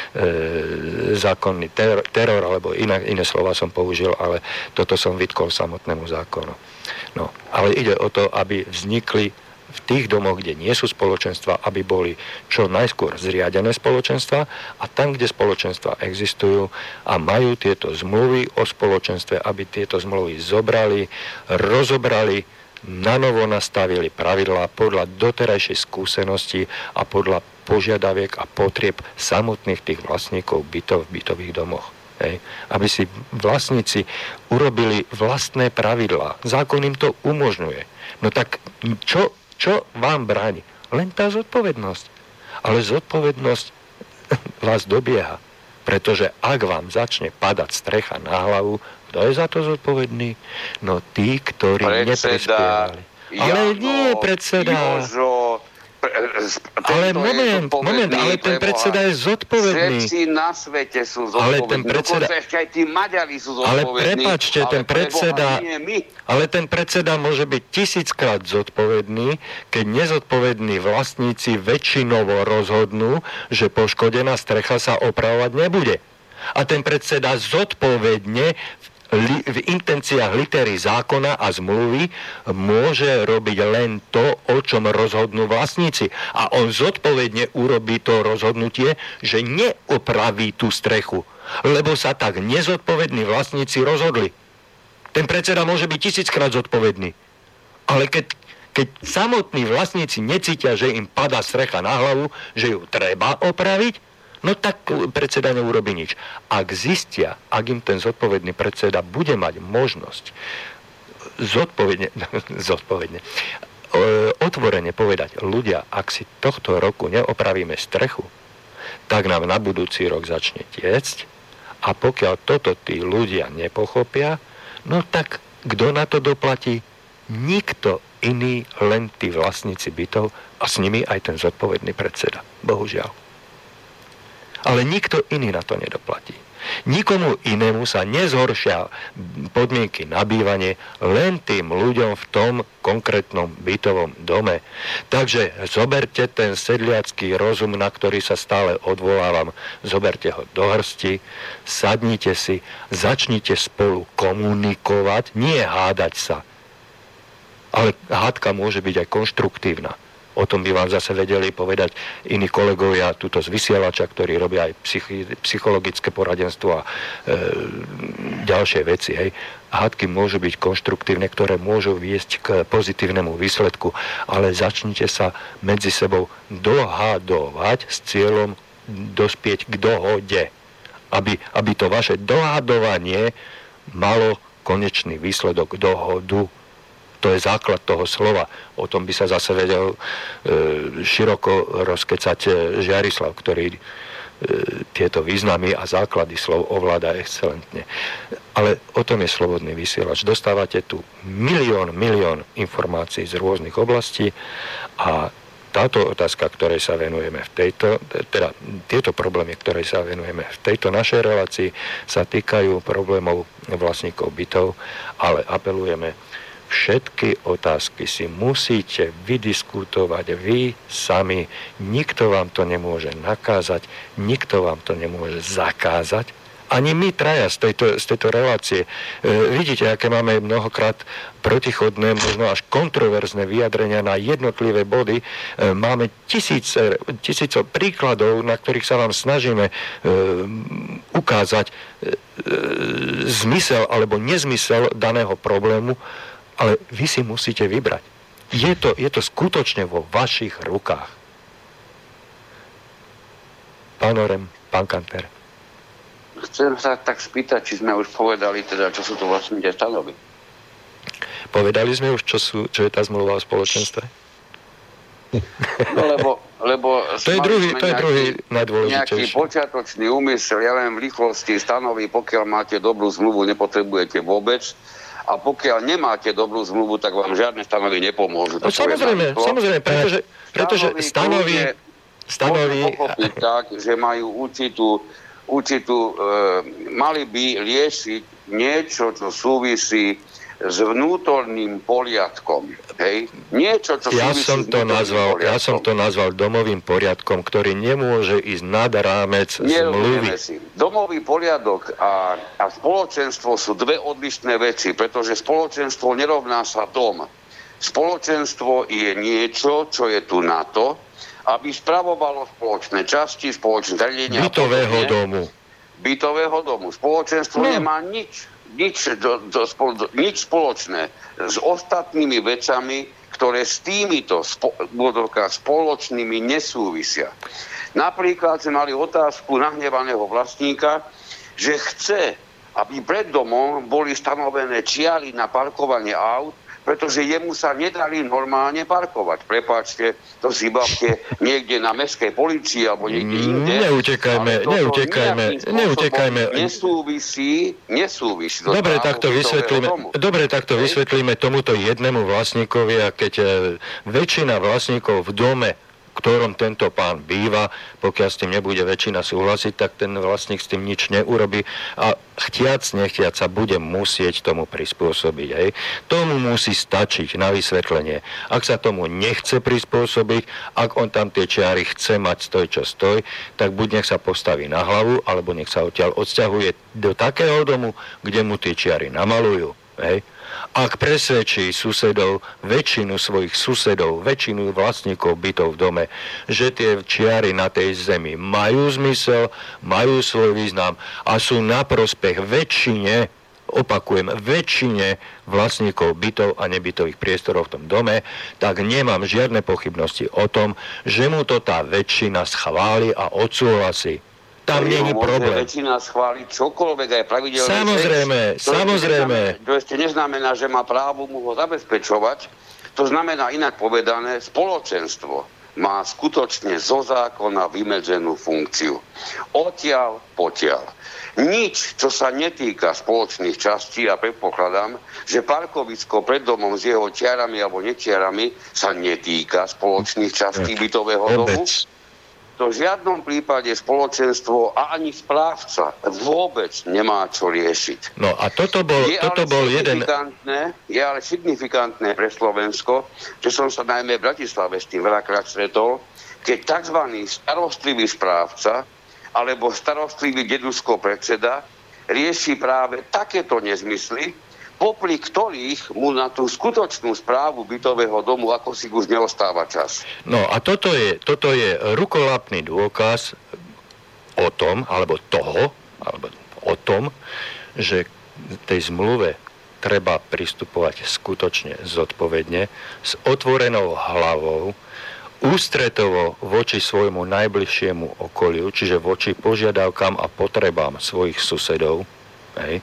zákonný teror, alebo iné slova som použil, ale toto som vytkol samotnému zákonu. No, ale ide o to, aby vznikli v tých domoch, kde nie sú spoločenstva, aby boli čo najskôr zriadené spoločenstva a tam, kde spoločenstva existujú a majú tieto zmluvy o spoločenstve, aby tieto zmluvy zobrali, rozobrali, nanovo nastavili pravidlá podľa doterajšej skúsenosti a podľa požiadaviek a potrieb samotných tých vlastníkov bytov v bytových domoch. Hej. Aby si vlastníci urobili vlastné pravidlá. Zákon im to umožňuje. No tak čo vám bráni? Len tá zodpovednosť. Ale zodpovednosť vás dobieha. Pretože ak vám začne padať strecha na hlavu, kto je za to zodpovedný? No tí, ktorí neprispievali. Ale nie predseda. Jožo, ale moment, ale ten predseda je zodpovedný. Všetci na svete sú zodpovední. Dokonca ešte aj tí Maďari sú zodpovední. Ale prepáčte, ten predseda môže byť 1000-krát zodpovedný, keď nezodpovední vlastníci väčšinovo rozhodnú, že poškodená strecha sa opravovať nebude. A ten predseda zodpovedne v intenciách litery zákona a zmluvy môže robiť len to, o čom rozhodnú vlastníci. A on zodpovedne urobí to rozhodnutie, že neopraví tú strechu, lebo sa tak nezodpovední vlastníci rozhodli. Ten predseda môže byť 1000-krát zodpovedný. Ale keď samotní vlastníci necítia, že im padá strecha na hlavu, že ju treba opraviť, no tak predseda neurobi nič. Ak zistia, ak im ten zodpovedný predseda bude mať možnosť otvorene povedať, ľudia, ak si tohto roku neopravíme strechu, tak nám na budúci rok začne tiecť a pokiaľ toto tí ľudia nepochopia, no tak kto na to doplatí? Nikto iný, len tí vlastníci bytov a s nimi aj ten zodpovedný predseda. Bohužiaľ. Ale nikto iný na to nedoplatí. Nikomu inému sa nezhoršia podmienky na bývanie len tým ľuďom v tom konkrétnom bytovom dome. Takže zoberte ten sedliacký rozum, na ktorý sa stále odvolávam, zoberte ho do hrsti, sadnite si, začnite spolu komunikovať, nie hádať sa. Ale hádka môže byť aj konštruktívna. O tom by vám zase vedeli povedať iní kolegovia tuto z vysielača, ktorí robia aj psychologické poradenstvo a ďalšie veci. Hej. Hádky môžu byť konštruktívne, ktoré môžu viesť k pozitívnemu výsledku, ale začnite sa medzi sebou dohadovať s cieľom dospieť k dohode. Aby to vaše dohadovanie malo konečný výsledok, dohodu. To je základ toho slova. O tom by sa zase vedel široko rozkecať Žiarislav, ktorý tieto významy a základy slov ovláda excelentne. Ale o tom je slobodný vysielač. Dostávate tu milión informácií z rôznych oblastí a táto otázka, ktorej sa venujeme tieto problémy, ktoré sa venujeme v tejto našej relácii, sa týkajú problémov vlastníkov bytov, ale apelujeme, všetky otázky si musíte vydiskutovať vy sami. Nikto vám to nemôže nakázať, nikto vám to nemôže zakázať. Ani my traja z tejto relácie. Vidíte, aké máme mnohokrát protichodné, možno až kontroverzné vyjadrenia na jednotlivé body. Máme tisíce príkladov, na ktorých sa vám snažíme ukázať zmysel alebo nezmysel daného problému, ale vy si musíte vybrať. Je to skutočne vo vašich rukách. Pán Orem, pán Kanter. Chcem sa tak spýtať, či sme už povedali, teda, čo sú to vlastne tie stanovy. Povedali sme už, čo je tá zmluva o spoločenstve? No, lebo to je druhý najdôležitejší. Nejaký počiatočný úmysel, ja len v rýchlosti stanoví, pokiaľ máte dobrú zmluvu, nepotrebujete vôbec. A pokiaľ nemáte dobrú zmluvu, tak vám žiadne stanovy nepomôžu. No, samozrejme, pretože stanovy pochopiť tak, že majú mali by riešiť niečo, čo súvisí s vnútorným poriadkom. Hej? Niečo, čo súvisí s vnútorným poriadkom. Ja som to nazval domovým poriadkom, ktorý nemôže ísť nad rámec zmluvy. Domový poriadok a spoločenstvo sú dve odlišné veci, pretože spoločenstvo nerovná sa dom. Spoločenstvo je niečo, čo je tu na to, aby spravovalo spoločné časti, spoločné zariadenia. Bytového domu. Spoločenstvo nemá nič spoločné s ostatnými vecami, ktoré s týmito spoločnými nesúvisia. Napríklad sme mali otázku nahnevaného vlastníka, že chce, aby pred domom boli stanovené čiary na parkovanie aut, pretože jemu sa nedali normálne parkovať. Prepáčte, to si bavte niekde na mestskej polícii alebo niekde inde. Neutekajme. Nesúvisí. Dobre, takto vysvetlíme tomuto jednému vlastníkovi, a keď väčšina vlastníkov v dome, v ktorom tento pán býva, pokiaľ s tým nebude väčšina súhlasiť, tak ten vlastník s tým nič neurobí a nechtiac sa bude musieť tomu prispôsobiť. Hej. Tomu musí stačiť na vysvetlenie. Ak sa tomu nechce prispôsobiť, ak on tam tie čiary chce mať stoj čo stoj, tak buď nech sa postaví na hlavu, alebo nech sa odtiaľ odsťahuje do takého domu, kde mu tie čiary namalujú. Hej. Ak presvedčí väčšinu svojich susedov, väčšinu vlastníkov bytov v dome, že tie čiary na tej zemi majú zmysel, majú svoj význam a sú na prospech väčšine vlastníkov bytov a nebytových priestorov v tom dome, tak nemám žiadne pochybnosti o tom, že mu to tá väčšina schváli a odsúhlasí. Tam nie je problém. Väčšina schváliť čokoľvek aj pravidelné. Samozrejme. To ešte neznamená, že má právo mu ho zabezpečovať. To znamená, inak povedané, spoločenstvo má skutočne zo zákona vymedzenú funkciu. Odtiaľ potiaľ. Nič, čo sa netýka spoločných častí, a predpokladám, že parkovisko pred domom s jeho čiarami alebo nečiarami sa netýka spoločných častí bytového domu. To v žiadnom prípade spoločenstvo a ani správca vôbec nemá čo riešiť. No a toto bol jeden... Je ale signifikantné pre Slovensko, že som sa najmä v Bratislave s tým veľakrát stretol, keď tzv. Starostlivý správca alebo starostlivý deduško predseda rieši práve takéto nezmysly, popri ktorých mu na tú skutočnú správu bytového domu ako si už neostáva čas. No a toto je rukolapný dôkaz o tom, alebo o tom, že tej zmluve treba pristupovať skutočne zodpovedne, s otvorenou hlavou, ústretovo voči svojmu najbližšiemu okoliu, čiže voči požiadavkám a potrebám svojich susedov, hej,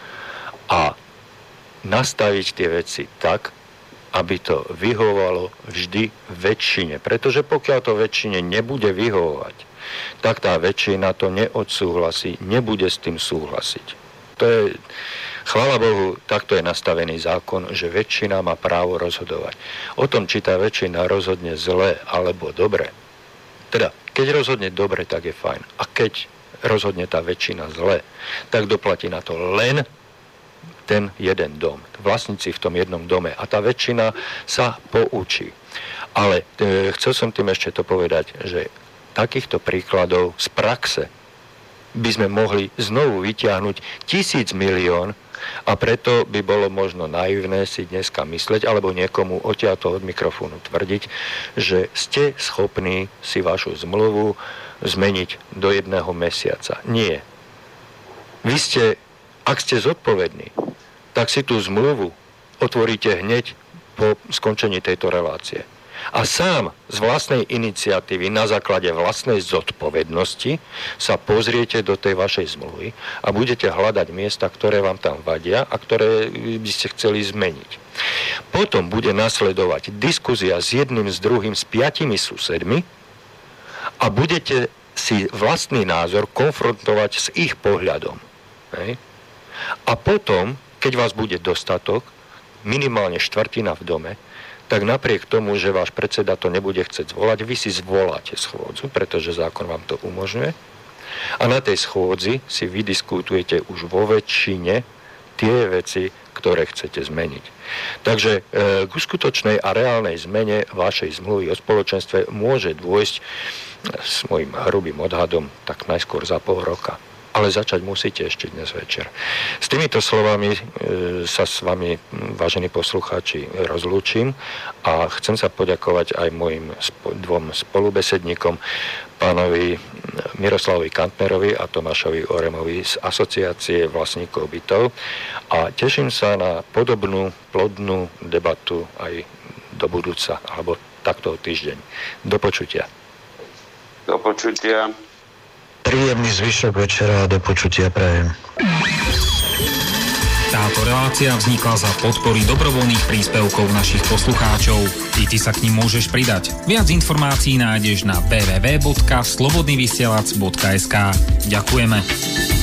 a nastaviť tie veci tak, aby to vyhovovalo vždy väčšine. Pretože pokiaľ to väčšine nebude vyhovovať, tak tá väčšina to neodsúhlasí, nebude s tým súhlasiť. To je, chvála Bohu, takto je nastavený zákon, že väčšina má právo rozhodovať. O tom, či tá väčšina rozhodne zle alebo dobre. Teda, keď rozhodne dobre, tak je fajn. A keď rozhodne tá väčšina zle, tak doplatí na to len ten jeden dom, vlastníci v tom jednom dome, a tá väčšina sa poučí. Ale chcel som tým ešte to povedať, že takýchto príkladov z praxe by sme mohli znovu vyťahnuť 1000 milión, a preto by bolo možno naivné si dneska mysleť, alebo niekomu odtiaľto od mikrofónu tvrdiť, že ste schopní si vašu zmluvu zmeniť do 1 mesiaca. Nie. Vy ste, ak ste zodpovední, tak si tú zmluvu otvoríte hneď po skončení tejto relácie. A sám z vlastnej iniciatívy, na základe vlastnej zodpovednosti sa pozriete do tej vašej zmluvy a budete hľadať miesta, ktoré vám tam vadia a ktoré by ste chceli zmeniť. Potom bude nasledovať diskuzia s jedným, s druhým, s 5 susedmi a budete si vlastný názor konfrontovať s ich pohľadom. Hej? A potom, keď vás bude dostatok, minimálne štvrtina v dome, tak napriek tomu, že váš predseda to nebude chcieť zvolať, vy si zvoláte schôdzu, pretože zákon vám to umožňuje. A na tej schôdzi si vydiskutujete už vo väčšine tie veci, ktoré chcete zmeniť. Takže k skutočnej a reálnej zmene vašej zmluvy o spoločenstve môže dôjsť s mojím hrubým odhadom tak najskôr za pol roka. Ale začať musíte ešte dnes večer. S týmito slovami sa s vami, vážení poslucháči, rozlúčim a chcem sa poďakovať aj mojim dvom spolubesedníkom, pánovi Miroslavovi Kantnerovi a Tomášovi Oremovi z Asociácie vlastníkov bytov, a teším sa na podobnú plodnú debatu aj do budúca, alebo takto o týždeň. Do počutia. Do počutia. Príjemný zvyšok večera a do počutia prajem. Táto relácia vznikla za podpory dobrovoľných príspevkov našich poslucháčov. I ty sa k nim môžeš pridať. Viac informácií nájdeš na www.slobodnyvysielac.sk. Ďakujeme.